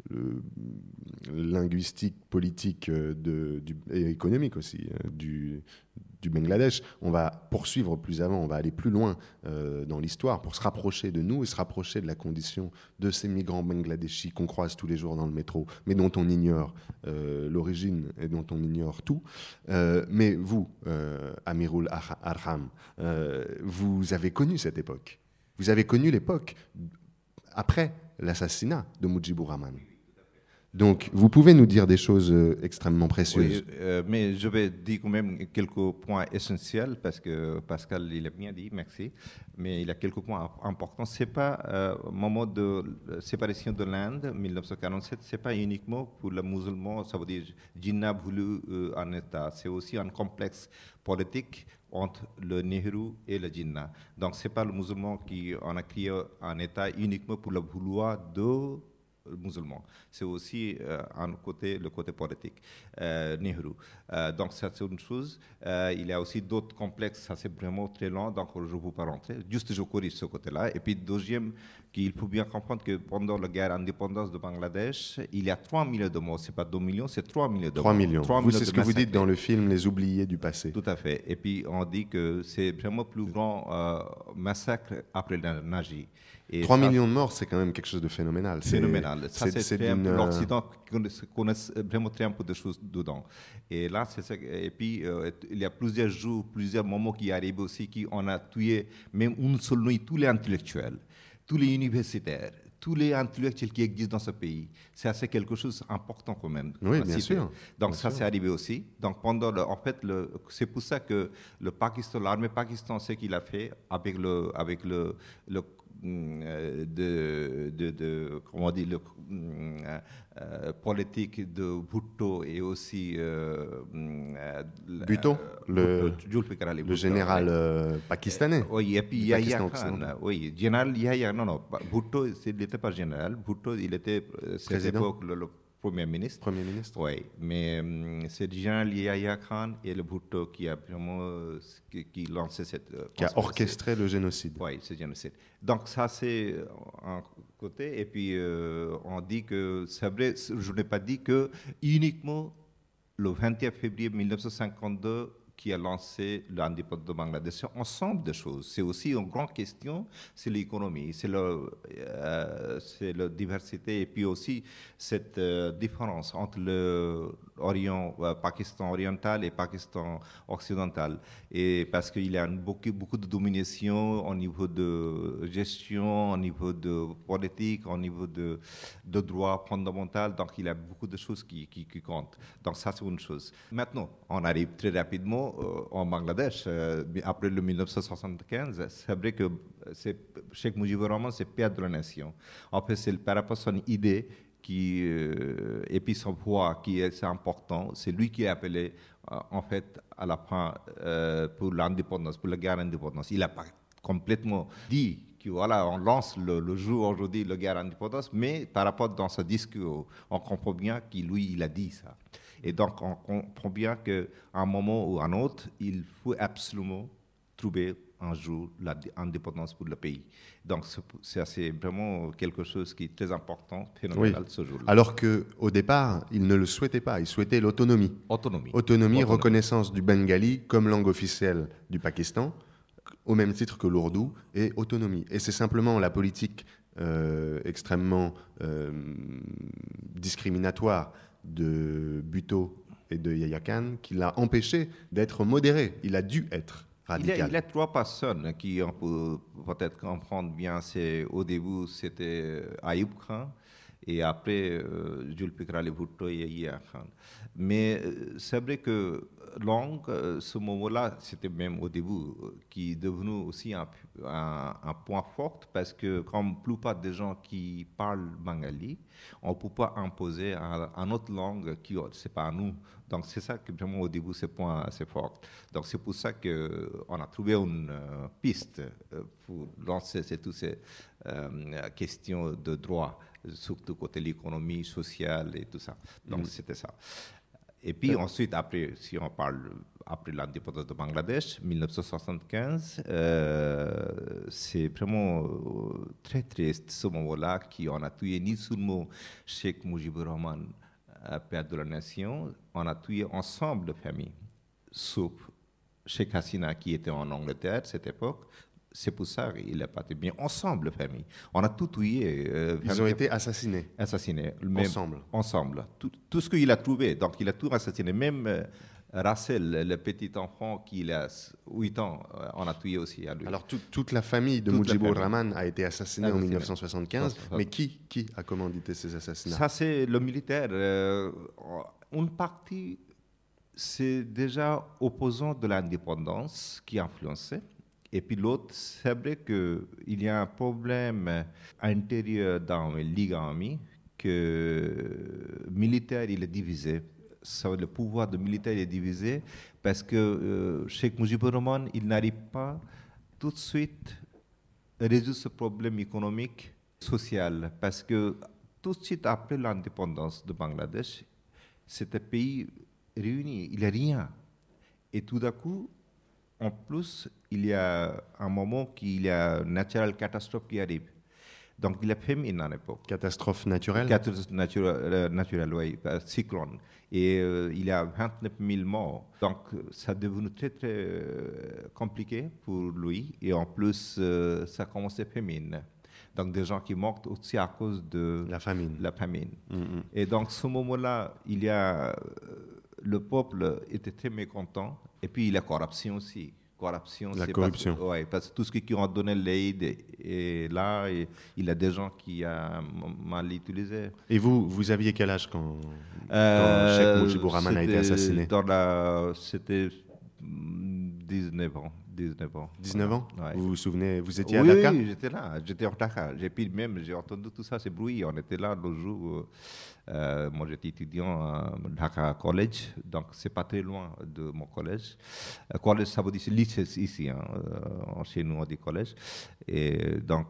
linguistique, politique et économique aussi du Bangladesh. On va poursuivre plus avant, on va aller plus loin dans l'histoire pour se rapprocher de nous et se rapprocher de la condition de ces migrants bangladeshis qu'on croise tous les jours dans le métro, mais dont on ignore l'origine et dont on ignore tout. Mais vous, Amirul Arham, vous avez connu cette époque. Vous avez connu l'époque après l'assassinat de Mujibur Rahman. Donc, vous pouvez nous dire des choses extrêmement précieuses. Oui, mais je vais dire quand même quelques points essentiels, parce que Pascal, il a bien dit, merci, mais il y a quelques points importants. Ce n'est pas au moment de la séparation de l'Inde, 1947, ce n'est pas uniquement pour les musulmans, ça veut dire Jinnah voulu un État. C'est aussi un complexe politique entre le Nehru et le Jinnah. Donc, ce n'est pas le musulman qui en a créé un État uniquement pour le vouloir de musulmans. C'est aussi le côté politique, Nehru. Donc ça c'est une chose. Il y a aussi d'autres complexes, ça c'est vraiment très long, donc je ne peux pas rentrer. Juste je corrige ce côté-là. Et puis deuxième, qu'il faut bien comprendre que pendant la guerre d'indépendance de Bangladesh, il y a 3 millions de morts. Ce n'est pas 2 millions, c'est 3 millions de morts. 3 millions. C'est ce que vous dites dans le film Les Oubliés du passé. Tout à fait. Et puis on dit que c'est vraiment le plus grand massacre après le Nazi. 3 millions de morts, c'est quand même quelque chose de phénoménal. Phénoménal. Ça, c'est l'Occident connaît vraiment très un peu de choses dedans. Et là, c'est ça. Et puis, il y a plusieurs jours, plusieurs moments qui arrivent aussi, qu'on a tué, même une seule nuit, tous les intellectuels, tous les universitaires, tous les intellectuels qui existent dans ce pays. C'est assez quelque chose d'important quand même. Oui, bien sûr. Donc bien ça, sûr. c'est arrivé aussi. Donc pendant c'est pour ça que le Pakistan, l'armée pakistanaise, ce qu'il a fait avec le comment on dit, politique de Bhutto et aussi Bhutto, le général pakistanais. Oui, et puis Yahya Khan, oui, général Yahya, non, Bhutto, il n'était pas général, Bhutto, il était, cette époque, le Premier ministre. Premier ministre. Oui, mais c'est le général Yahya Khan et le Bhutto qui a vraiment qui lancé cette... qui a orchestré le génocide. Oui, ce génocide. Donc ça, c'est un côté. Et puis, on dit que, c'est vrai, je n'ai pas dit que uniquement le 21 février 1952, qui a lancé l'indépendance de Bangladesh. C'est un ensemble de choses. C'est aussi une grande question, c'est l'économie, c'est la diversité et puis aussi cette différence entre l'Orient, Pakistan oriental et Pakistan occidental. Et parce qu'il y a beaucoup de domination au niveau de gestion, au niveau de politique, au niveau de droits fondamentaux. Donc il y a beaucoup de choses qui comptent. Donc ça, c'est une chose. Maintenant, on arrive très rapidement en Bangladesh, après le 1975, c'est vrai que Cheikh Mujibur Rahman, c'est père de la nation. En fait, c'est par rapport à son idée et puis son poids qui est important. C'est lui qui a appelé, en fait, à la fin, pour l'indépendance, pour la guerre d'indépendance. Il n'a pas complètement dit que voilà, on lance le jour aujourd'hui, la guerre d'indépendance, mais par rapport dans ce discours, on comprend bien qu'il il a dit ça. Et donc, on comprend bien qu'à un moment ou à un autre, il faut absolument trouver un jour l'indépendance pour le pays. Donc, c'est vraiment quelque chose qui est très important, phénoménal, ce jour-là. Alors qu'au départ, il ne le souhaitait pas. Il souhaitait l'autonomie. Autonomie, reconnaissance du bengali comme langue officielle du Pakistan, au même titre que l'ourdou, et autonomie. Et c'est simplement la politique extrêmement discriminatoire de Bhutto et de Yahya Khan qui l'a empêché d'être modéré. Il a dû être radical. Il y a 3 personnes qui on peut peut-être comprendre bien. Au début, c'était Ayub Khan et après Zulfikar Ali Bhutto et Yahya Khan. Mais c'est vrai que ce moment-là, c'était même au début, qui est devenu aussi un point fort parce que comme la plupart des gens qui parlent bengali, on ne peut pas imposer une autre langue qui c'est pas à nous. Donc c'est ça que vraiment au début c'est point assez fort. Donc c'est pour ça qu'on a trouvé une piste pour lancer toutes ces questions de droit, surtout côté l'économie sociale et tout ça. Donc c'était ça. Et puis ensuite, après, si on parle après l'indépendance de Bangladesh, 1975, c'est vraiment très triste ce moment-là qu'on a tué ni seulement Cheikh Mujibur Rahman, père de la nation, on a tué ensemble de familles, sauf Cheikh Hasina qui était en Angleterre à cette époque. C'est pour ça qu'il est parti bien ensemble, famille. On a tout tué. Ils ont été assassinés. Assassinés. Ensemble. Ensemble. Tout ce qu'il a trouvé. Donc, il a tout assassiné. Même Russell, le petit enfant qui a 8 ans, on a tué aussi à lui. Alors, toute la famille de Mujibur Rahman a été assassinée en 1975. Mais qui a commandité ces assassinats? Ça, c'est le militaire. Une partie, c'est déjà opposant de l'indépendance qui a influencé. Et puis l'autre, c'est vrai qu'il y a un problème à l'intérieur dans la Ligue armée, que le militaire il est divisé. Le pouvoir du militaire est divisé parce que Cheikh Mujibur Rahman, il n'arrive pas tout de suite à résoudre ce problème économique, social. Parce que tout de suite après l'indépendance de Bangladesh, c'est un pays réuni, il n'y a rien. Et tout d'un coup, en plus, il y a un moment qu'il y a une naturelle catastrophe qui arrive. Donc, il y a famine à l'époque. Catastrophe naturelle? Catastrophe naturelle, oui, cyclone. Et il y a 29 000 morts. Donc, ça est devenu très, très compliqué pour lui. Et en plus, ça a commencé famine. Donc, des gens qui meurent aussi à cause de la famine. Mm-hmm. Et donc, ce moment-là, il y a... le peuple était très mécontent. Et puis, la corruption aussi. La corruption. Oui, parce que tout ce qui ont donné l'aide est là, et il y a des gens qui ont mal utilisé. Et vous aviez quel âge quand Cheikh Mujibur Rahman a été assassiné? C'était 19 ans. 19 ans? Ouais. Vous vous souvenez, vous étiez à Dhaka? Oui, j'étais là, j'étais en Dhaka. J'ai entendu tout ça, ces bruits. On était là le jour. Moi, j'étais étudiant à Dhaka College, donc c'est pas très loin de mon collège. Collège, ça veut dire lycée ici, hein, chez nous on dit collège. Et donc,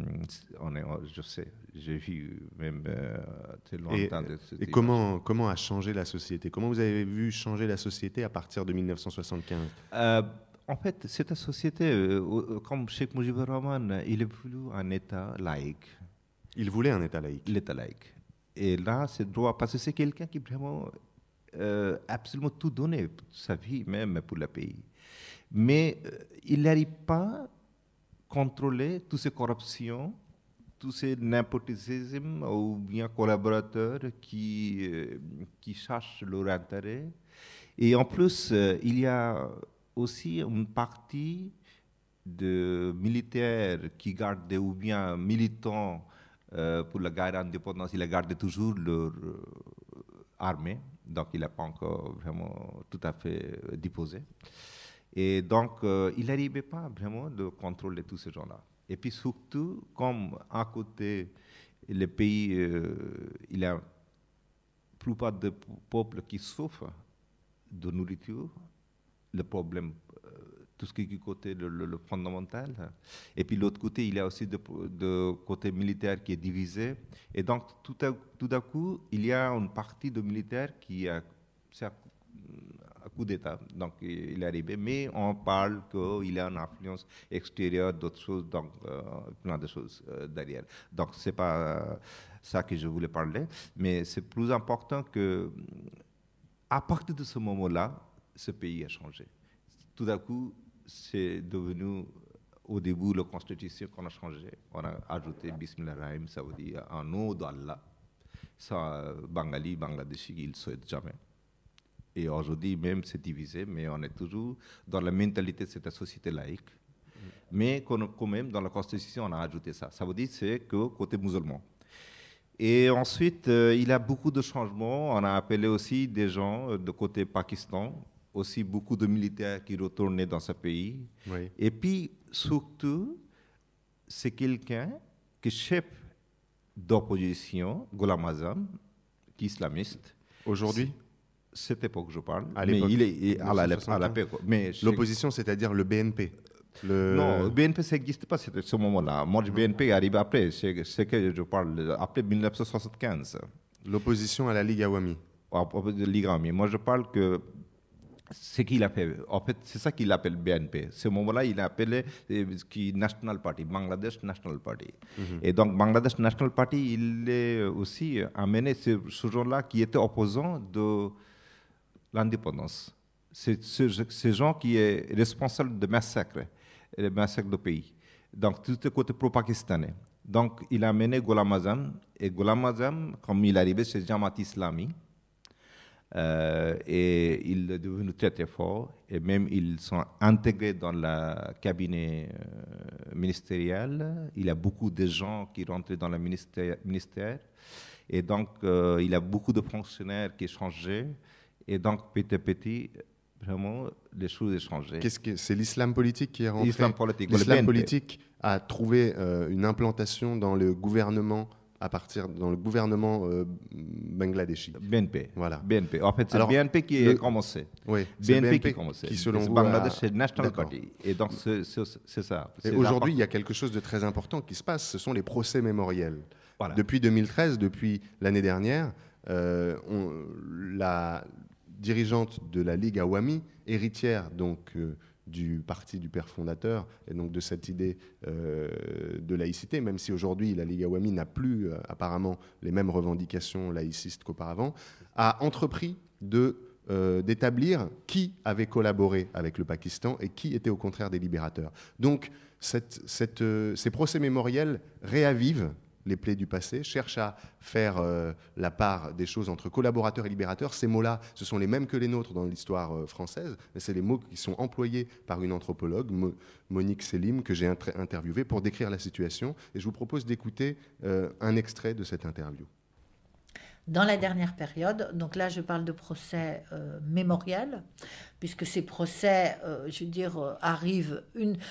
je sais, j'ai vu même très longtemps. Et comment a changé la société? Comment vous avez vu changer la société à partir de 1975? En fait, cette société, comme Cheikh Mujibur Rahman, il est voulu un État laïque. Il voulait un État laïque. L'État laïque. Et là, c'est droit, parce que c'est quelqu'un qui vraiment absolument tout donné, sa vie même pour le pays. Mais il n'arrive pas à contrôler toutes ces corruptions, tous ces népotismes ou bien collaborateurs qui cherchent leur intérêt. Et en plus, il y a aussi une partie de militaires qui gardent, ou bien militants pour la guerre d'indépendance, il a gardé toujours leur armée, donc il n'a pas encore vraiment tout à fait déposé. Et donc, il n'arrivait pas vraiment de contrôler tous ces gens-là. Et puis surtout, comme à côté, le pays, il y a la plupart des peuples qui souffrent de nourriture, le problème, tout ce qui est côté le fondamental. Et puis l'autre côté, il y a aussi de côté militaire qui est divisé. Et donc, tout d'un coup, il y a une partie de militaires qui a un coup d'État. Donc, il est arrivé. Mais on parle qu'il y a une influence extérieure, d'autres choses, donc plein de choses derrière. Donc, ce n'est pas ça que je voulais parler. Mais c'est plus important que, à partir de ce moment-là, ce pays a changé. Tout d'un coup, c'est devenu, au début, la constitution qu'on a changé. On a ajouté Bismillah Rahim, ça veut dire un nom d'Allah. Ça, Bengali, Bangladeshi, ils ne souhaitent jamais. Et aujourd'hui, même, c'est divisé, mais on est toujours dans la mentalité de cette société laïque. Mais quand même, dans la constitution, on a ajouté ça. Ça veut dire que c'est que côté musulman. Et ensuite, il y a beaucoup de changements. On a appelé aussi des gens de côté Pakistan, aussi beaucoup de militaires qui retournaient dans ce pays. Oui. Et puis, surtout, c'est quelqu'un qui est chef d'opposition, Ghulam Azam, qui est islamiste. Aujourd'hui? Cette époque, je parle. À l'époque. Mais il est à l'époque. L'opposition, c'est-à-dire le BNP? Non, le BNP, ça n'existe pas à ce moment-là. Moi, le BNP arrive après. C'est que je parle après 1975. L'opposition à la Ligue Awami? à propos de Ligue Army. Moi, je parle que ce qu'il a fait, en fait, c'est ça qu'il appelle BNP. Ce moment-là, il a appelé National Party, Bangladesh National Party. Et donc, Bangladesh National Party, il est aussi amené ce gens-là qui étaient opposants de l'indépendance. C'est ces gens qui sont responsables de massacres, les massacres du pays. Donc, tout le côté pro-pakistanais. Donc, il a amené Ghulam Azam. Et Ghulam Azam, comme il est arrivé chez Jamaat Islami, et il est devenu très très fort, et même ils sont intégrés dans le cabinet ministériel. Il y a beaucoup de gens qui rentrent dans le ministère, et donc il y a beaucoup de fonctionnaires qui changé, et donc petit à petit, vraiment, les choses ont changé. C'est l'islam politique qui est rentré. L'islam politique. L'islam politique a trouvé une implantation dans le gouvernement dans le gouvernement bangladeshi. BNP. Voilà. BNP. En fait, c'est Alors, BNP qui a commencé. Oui, BNP qui a commencé. Qui, selon vous, Bangladesh, c'est National Party. Et donc, c'est ça. Et aujourd'hui, il y a quelque chose de très important qui se passe. Ce sont les procès mémoriels. Voilà. Depuis 2013, depuis l'année dernière, la dirigeante de la Ligue Awami, héritière donc du parti du père fondateur et donc de cette idée de laïcité, même si aujourd'hui la Ligue Awami n'a plus apparemment les mêmes revendications laïcistes qu'auparavant, a entrepris d'établir qui avait collaboré avec le Pakistan et qui était au contraire des libérateurs. Donc ces procès mémoriels réavivent les plaies du passé, cherchent à faire la part des choses entre collaborateurs et libérateurs. Ces mots-là, ce sont les mêmes que les nôtres dans l'histoire française, mais c'est les mots qui sont employés par une anthropologue, Monique Selim, que j'ai interviewée pour décrire la situation. Et je vous propose d'écouter un extrait de cette interview. Dans la dernière période, donc là je parle de procès mémoriels, puisque ces procès, je veux dire, arrivent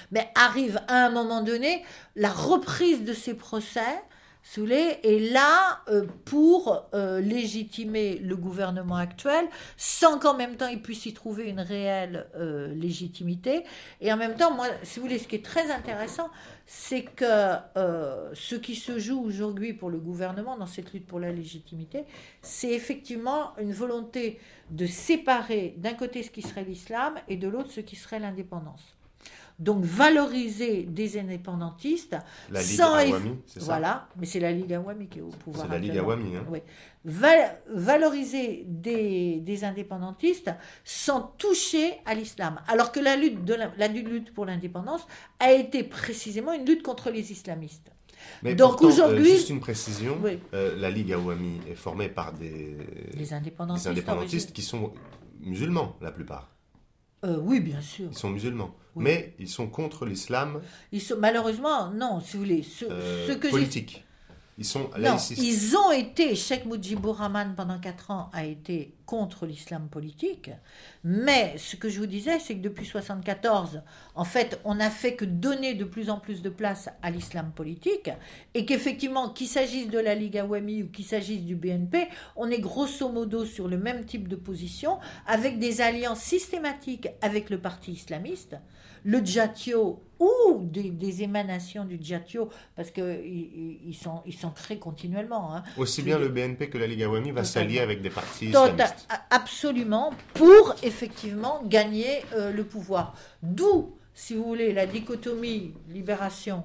à un moment donné, la reprise de ces procès est là pour légitimer le gouvernement actuel, sans qu'en même temps il puisse y trouver une réelle légitimité. Et en même temps, moi, si vous voulez, ce qui est très intéressant, c'est que ce qui se joue aujourd'hui pour le gouvernement dans cette lutte pour la légitimité, c'est effectivement une volonté de séparer d'un côté ce qui serait l'islam et de l'autre ce qui serait l'indépendance. Donc valoriser des indépendantistes la Ligue Awami, c'est ça ? Voilà, mais c'est la Ligue Awami qui est au pouvoir. C'est la Ligue Awami, hein ? Oui. Valoriser des indépendantistes sans toucher à l'islam. Alors que la lutte pour l'indépendance a été précisément une lutte contre les islamistes. Mais donc pourtant, aujourd'hui, juste une précision, oui. La Ligue Awami est formée par des indépendantistes qui sont musulmans, la plupart. Oui, bien sûr. Ils sont musulmans, oui. Mais ils sont contre l'islam. Malheureusement, non, si vous voulez. Ce que politique. Ils sont laïcistes. Non, ils ont été, Cheikh Mujibur Rahman pendant 4 ans a été contre l'islam politique, mais ce que je vous disais, c'est que depuis 1974, en fait, on n'a fait que donner de plus en plus de place à l'islam politique, et qu'effectivement, qu'il s'agisse de la Ligue Awami ou qu'il s'agisse du BNP, on est grosso modo sur le même type de position, avec des alliances systématiques avec le parti islamiste, le Djatio ou des émanations du Djatio, parce qu'ils s'en créent continuellement. Hein. Aussi bien le BNP que la Ligue Awami va s'allier avec des partis islamistes. Absolument, pour effectivement gagner le pouvoir. D'où, si vous voulez, la dichotomie libération,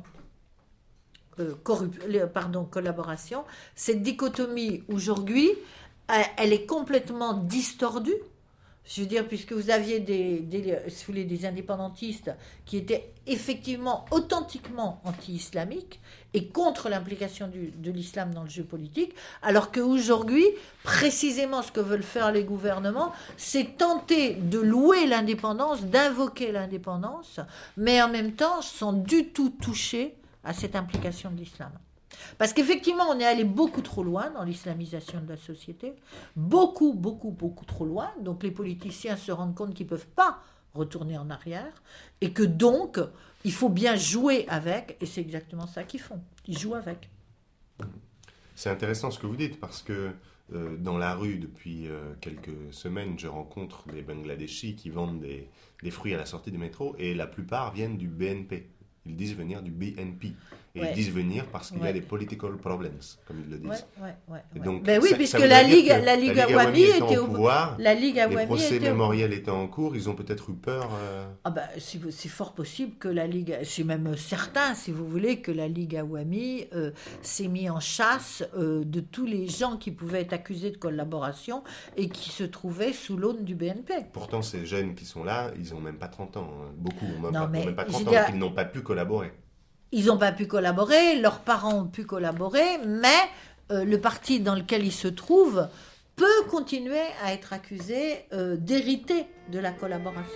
collaboration. Cette dichotomie, aujourd'hui, elle est complètement distordue. Je veux dire, puisque vous aviez des indépendantistes qui étaient effectivement authentiquement anti-islamiques et contre l'implication de l'islam dans le jeu politique, alors qu'aujourd'hui, précisément ce que veulent faire les gouvernements, c'est tenter de louer l'indépendance, d'invoquer l'indépendance, mais en même temps sans du tout toucher à cette implication de l'islam. Parce qu'effectivement, on est allé beaucoup trop loin dans l'islamisation de la société, beaucoup trop loin. Donc les politiciens se rendent compte qu'ils ne peuvent pas retourner en arrière et que donc, il faut bien jouer avec, et c'est exactement ça qu'ils font. Ils jouent avec. C'est intéressant ce que vous dites, parce que dans la rue, depuis quelques semaines, je rencontre des Bangladeshis qui vendent des fruits à la sortie des métros, et la plupart viennent du BNP. Ils disent venir du BNP. Et Ouais. ils disent venir parce qu'il y a Ouais. des political problems, comme ils le disent. Et donc, Ben oui, ça puisque voudrait la dire Ligue, que la Ligue Awami étant était au pouvoir, la Ligue les Awami procès était au- mémoriels étant en cours, ils ont peut-être eu peur. Ah ben, c'est fort possible que la Ligue, c'est même certain, si vous voulez, que la Ligue Awami s'est mis en chasse de tous les gens qui pouvaient être accusés de collaboration et qui se trouvaient sous l'aune du BNP. Pourtant, ces jeunes qui sont là, ils n'ont même pas 30 ans. Beaucoup n'ont Non, mais même pas je 30 veux ans, dire- donc ils n'ont pas pu collaborer. Ils n'ont pas pu collaborer, leurs parents ont pu collaborer, mais le parti dans lequel ils se trouvent peut continuer à être accusé d'hériter de la collaboration.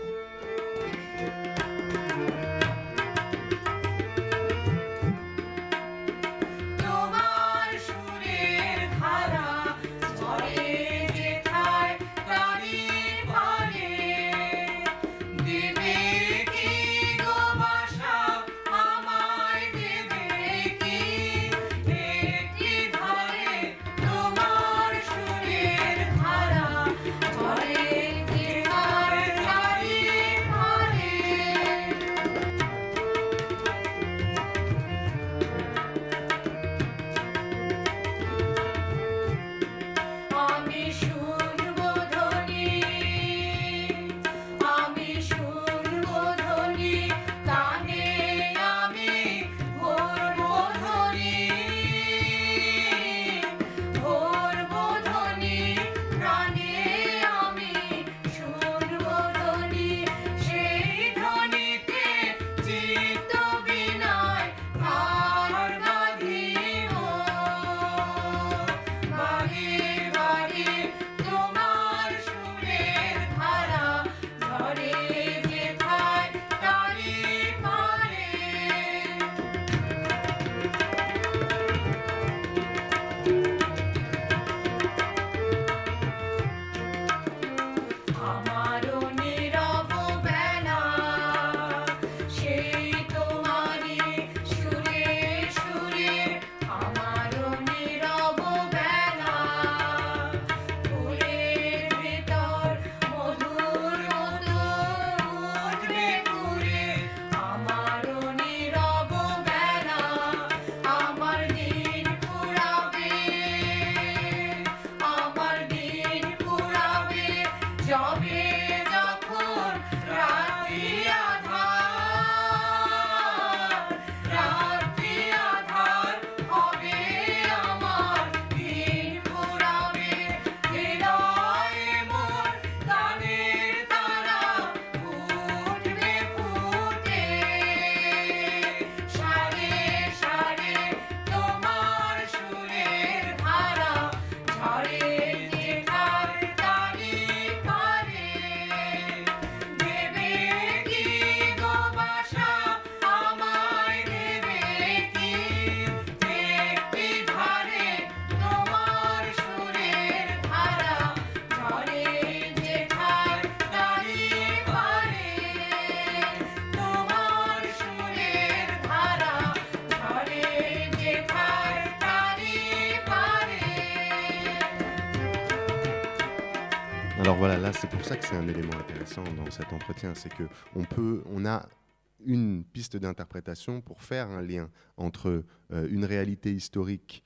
Alors voilà, là c'est pour ça que c'est un élément intéressant dans cet entretien, c'est que on a une piste d'interprétation pour faire un lien entre une réalité historique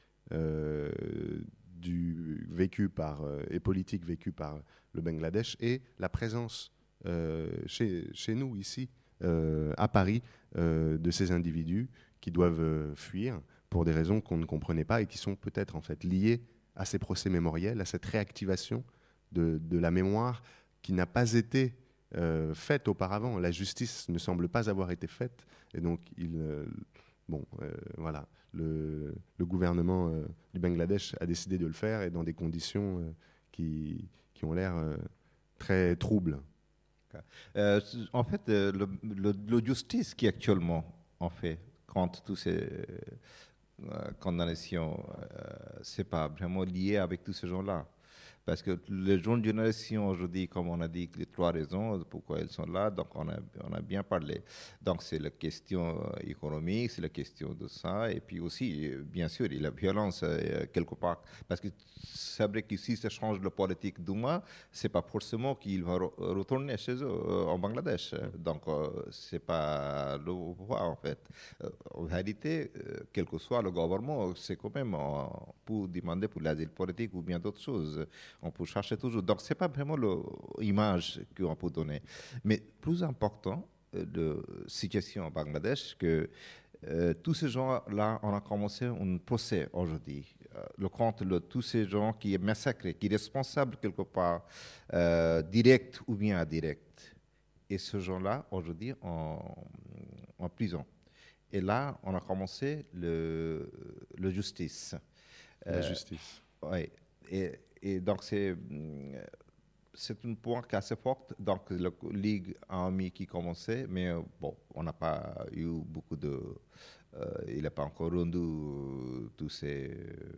et politique vécue par le Bangladesh et la présence chez nous ici à Paris de ces individus qui doivent fuir pour des raisons qu'on ne comprenait pas et qui sont peut-être en fait liées à ces procès mémoriels, à cette réactivation de la mémoire qui n'a pas été faite auparavant. La justice ne semble pas avoir été faite. Et donc, voilà, le gouvernement du Bangladesh a décidé de le faire et dans des conditions qui ont l'air très troubles. En fait, le justice qui actuellement en fait contre toutes ces condamnations, c'est pas vraiment lié avec tous ces gens-là. Parce que les jeunes générations aujourd'hui, comme on a dit, les 3 raisons pourquoi elles sont là, donc on a bien parlé. Donc c'est la question économique, c'est la question de ça, et puis aussi, bien sûr, il y a la violence quelque part. Parce que c'est vrai que si ça change la politique d'Ouma, c'est pas forcément qu'il va retourner chez eux en Bangladesh. Donc c'est pas le pouvoir en fait. En réalité, quel que soit le gouvernement, c'est quand même pour demander pour l'asile politique ou bien d'autres choses. On peut chercher toujours. Donc, ce n'est pas vraiment l'image qu'on peut donner. Mais plus important, la situation au Bangladesh, que tous ces gens-là, on a commencé un procès aujourd'hui. Le compte de tous ces gens qui sont massacrés, qui sont responsables quelque part, direct ou bien indirect. Et ces gens-là, aujourd'hui, en prison. Et là, on a commencé le justice. La justice. Oui. Et donc, c'est un point qui est assez fort. Donc, la Ligue a mis qui commençait, mais bon, on n'a pas eu beaucoup de... il n'a pas encore rendu tous ces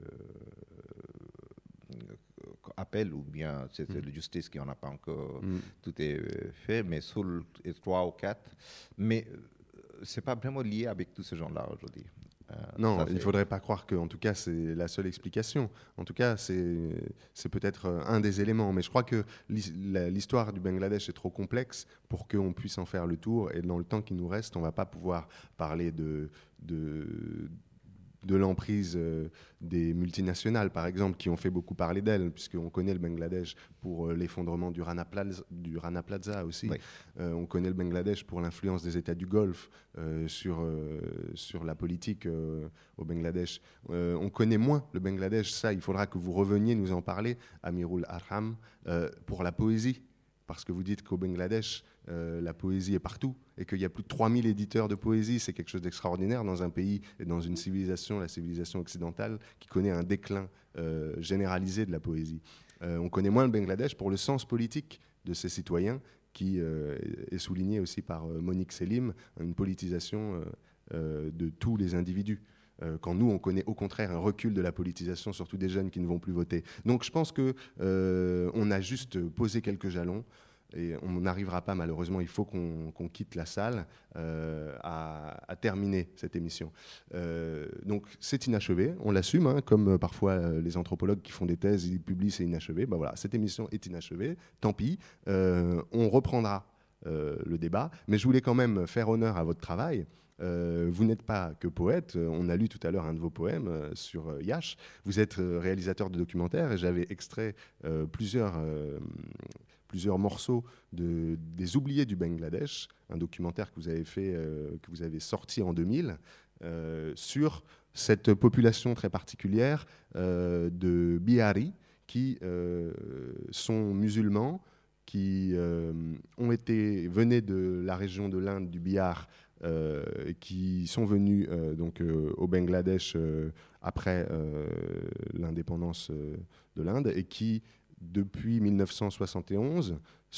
appels, ou bien c'est la justice qui n'en a pas encore tout est fait, mais sur les 3 ou 4. Mais ce n'est pas vraiment lié avec tous ces gens-là aujourd'hui. Non, il ne faudrait pas croire que, en tout cas, c'est la seule explication. En tout cas, c'est peut-être un des éléments. Mais je crois que l'histoire du Bangladesh est trop complexe pour qu'on puisse en faire le tour. Et dans le temps qui nous reste, on ne va pas pouvoir parler de l'emprise des multinationales, par exemple, qui ont fait beaucoup parler d'elles, puisqu'on connaît le Bangladesh pour l'effondrement du Rana Plaza aussi. Oui. On connaît le Bangladesh pour l'influence des États du Golfe sur la politique au Bangladesh. On connaît moins le Bangladesh, ça, il faudra que vous reveniez nous en parler, Amirul Arham, pour la poésie. Parce que vous dites qu'au Bangladesh, la poésie est partout et qu'il y a plus de 3000 éditeurs de poésie. C'est quelque chose d'extraordinaire dans un pays et dans une civilisation, la civilisation occidentale, qui connaît un déclin généralisé de la poésie. On connaît moins le Bangladesh pour le sens politique de ses citoyens, qui est souligné aussi par Monique Selim, une politisation de tous les individus. Quand nous, on connaît au contraire un recul de la politisation, surtout des jeunes qui ne vont plus voter. Donc je pense qu'on a juste posé quelques jalons et on n'arrivera pas, malheureusement, il faut qu'on quitte la salle à terminer cette émission. Donc c'est inachevé, on l'assume, hein, comme parfois les anthropologues qui font des thèses, ils publient c'est inachevé. Ben voilà, cette émission est inachevée, tant pis, on reprendra le débat, mais je voulais quand même faire honneur à votre travail. Vous n'êtes pas que poète, on a lu tout à l'heure un de vos poèmes sur Yash, vous êtes réalisateur de documentaires et j'avais extrait plusieurs morceaux des oubliés du Bangladesh, un documentaire que vous avez fait, que vous avez sorti en 2000 sur cette population très particulière de Bihari qui sont musulmans, qui venaient de la région de l'Inde, du Bihar, qui sont venus au Bangladesh après l'indépendance de l'Inde et qui, depuis 1971,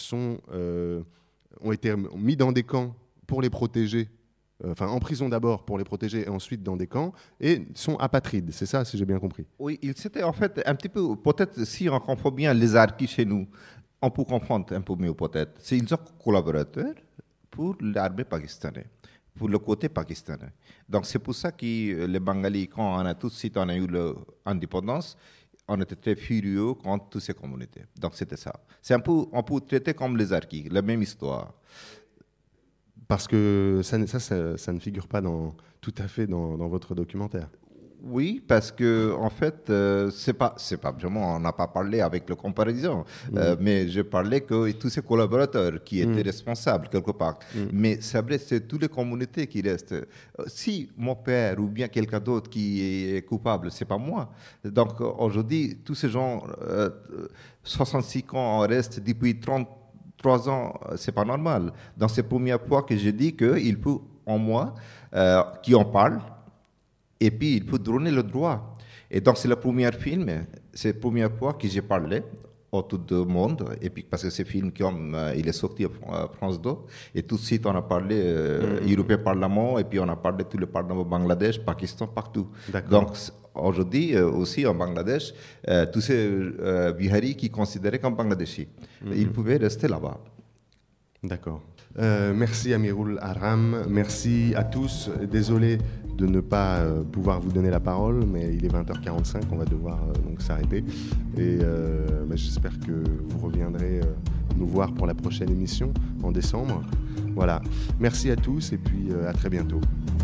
ont été mis dans des camps pour les protéger, en prison d'abord pour les protéger et ensuite dans des camps, et sont apatrides. C'est ça, si j'ai bien compris. Oui, c'était en fait un petit peu, peut-être si on comprend bien les harkis chez nous, on peut comprendre un peu mieux peut-être. C'est ils sont collaborateurs pour l'armée pakistanaise, pour le côté pakistanais. Donc c'est pour ça que les Bengalis, quand on a tout de suite on a eu l'indépendance, on était très furieux contre toutes ces communautés. Donc c'était ça. C'est un peu, on peut traiter comme les harkis, la même histoire. Parce que ça ne figure pas tout à fait dans votre documentaire. Oui, parce que en fait, c'est pas vraiment, on n'a pas parlé avec le comparaison, mais je parlais que tous ces collaborateurs qui étaient responsables quelque part. Mais c'est vrai, c'est toutes les communautés qui restent. Si mon père ou bien quelqu'un d'autre qui est coupable, c'est pas moi. Donc aujourd'hui, tous ces gens, 66 ans, on reste depuis 33 ans, c'est pas normal. Donc c'est la première fois que je dis qu'il peut en moi qui en parle. Et puis, il peut donner le droit. Et donc, c'est le premier film, c'est la première fois que j'ai parlé autour du monde. Et puis, parce que ce film, comme il est sorti à France 2, et tout de suite, on a parlé Européen Parlement, et puis on a parlé de tout le Parlement Bangladesh, Pakistan, partout. Donc, aujourd'hui, aussi en Bangladesh, tous ces Biharis qui considéraient comme Bangladeshis, ils pouvaient rester là-bas. D'accord. Merci Amirul Aram, merci à tous. Désolé de ne pas pouvoir vous donner la parole, mais il est 20h45, on va devoir donc s'arrêter. Et j'espère que vous reviendrez nous voir pour la prochaine émission en décembre. Voilà. Merci à tous et puis à très bientôt.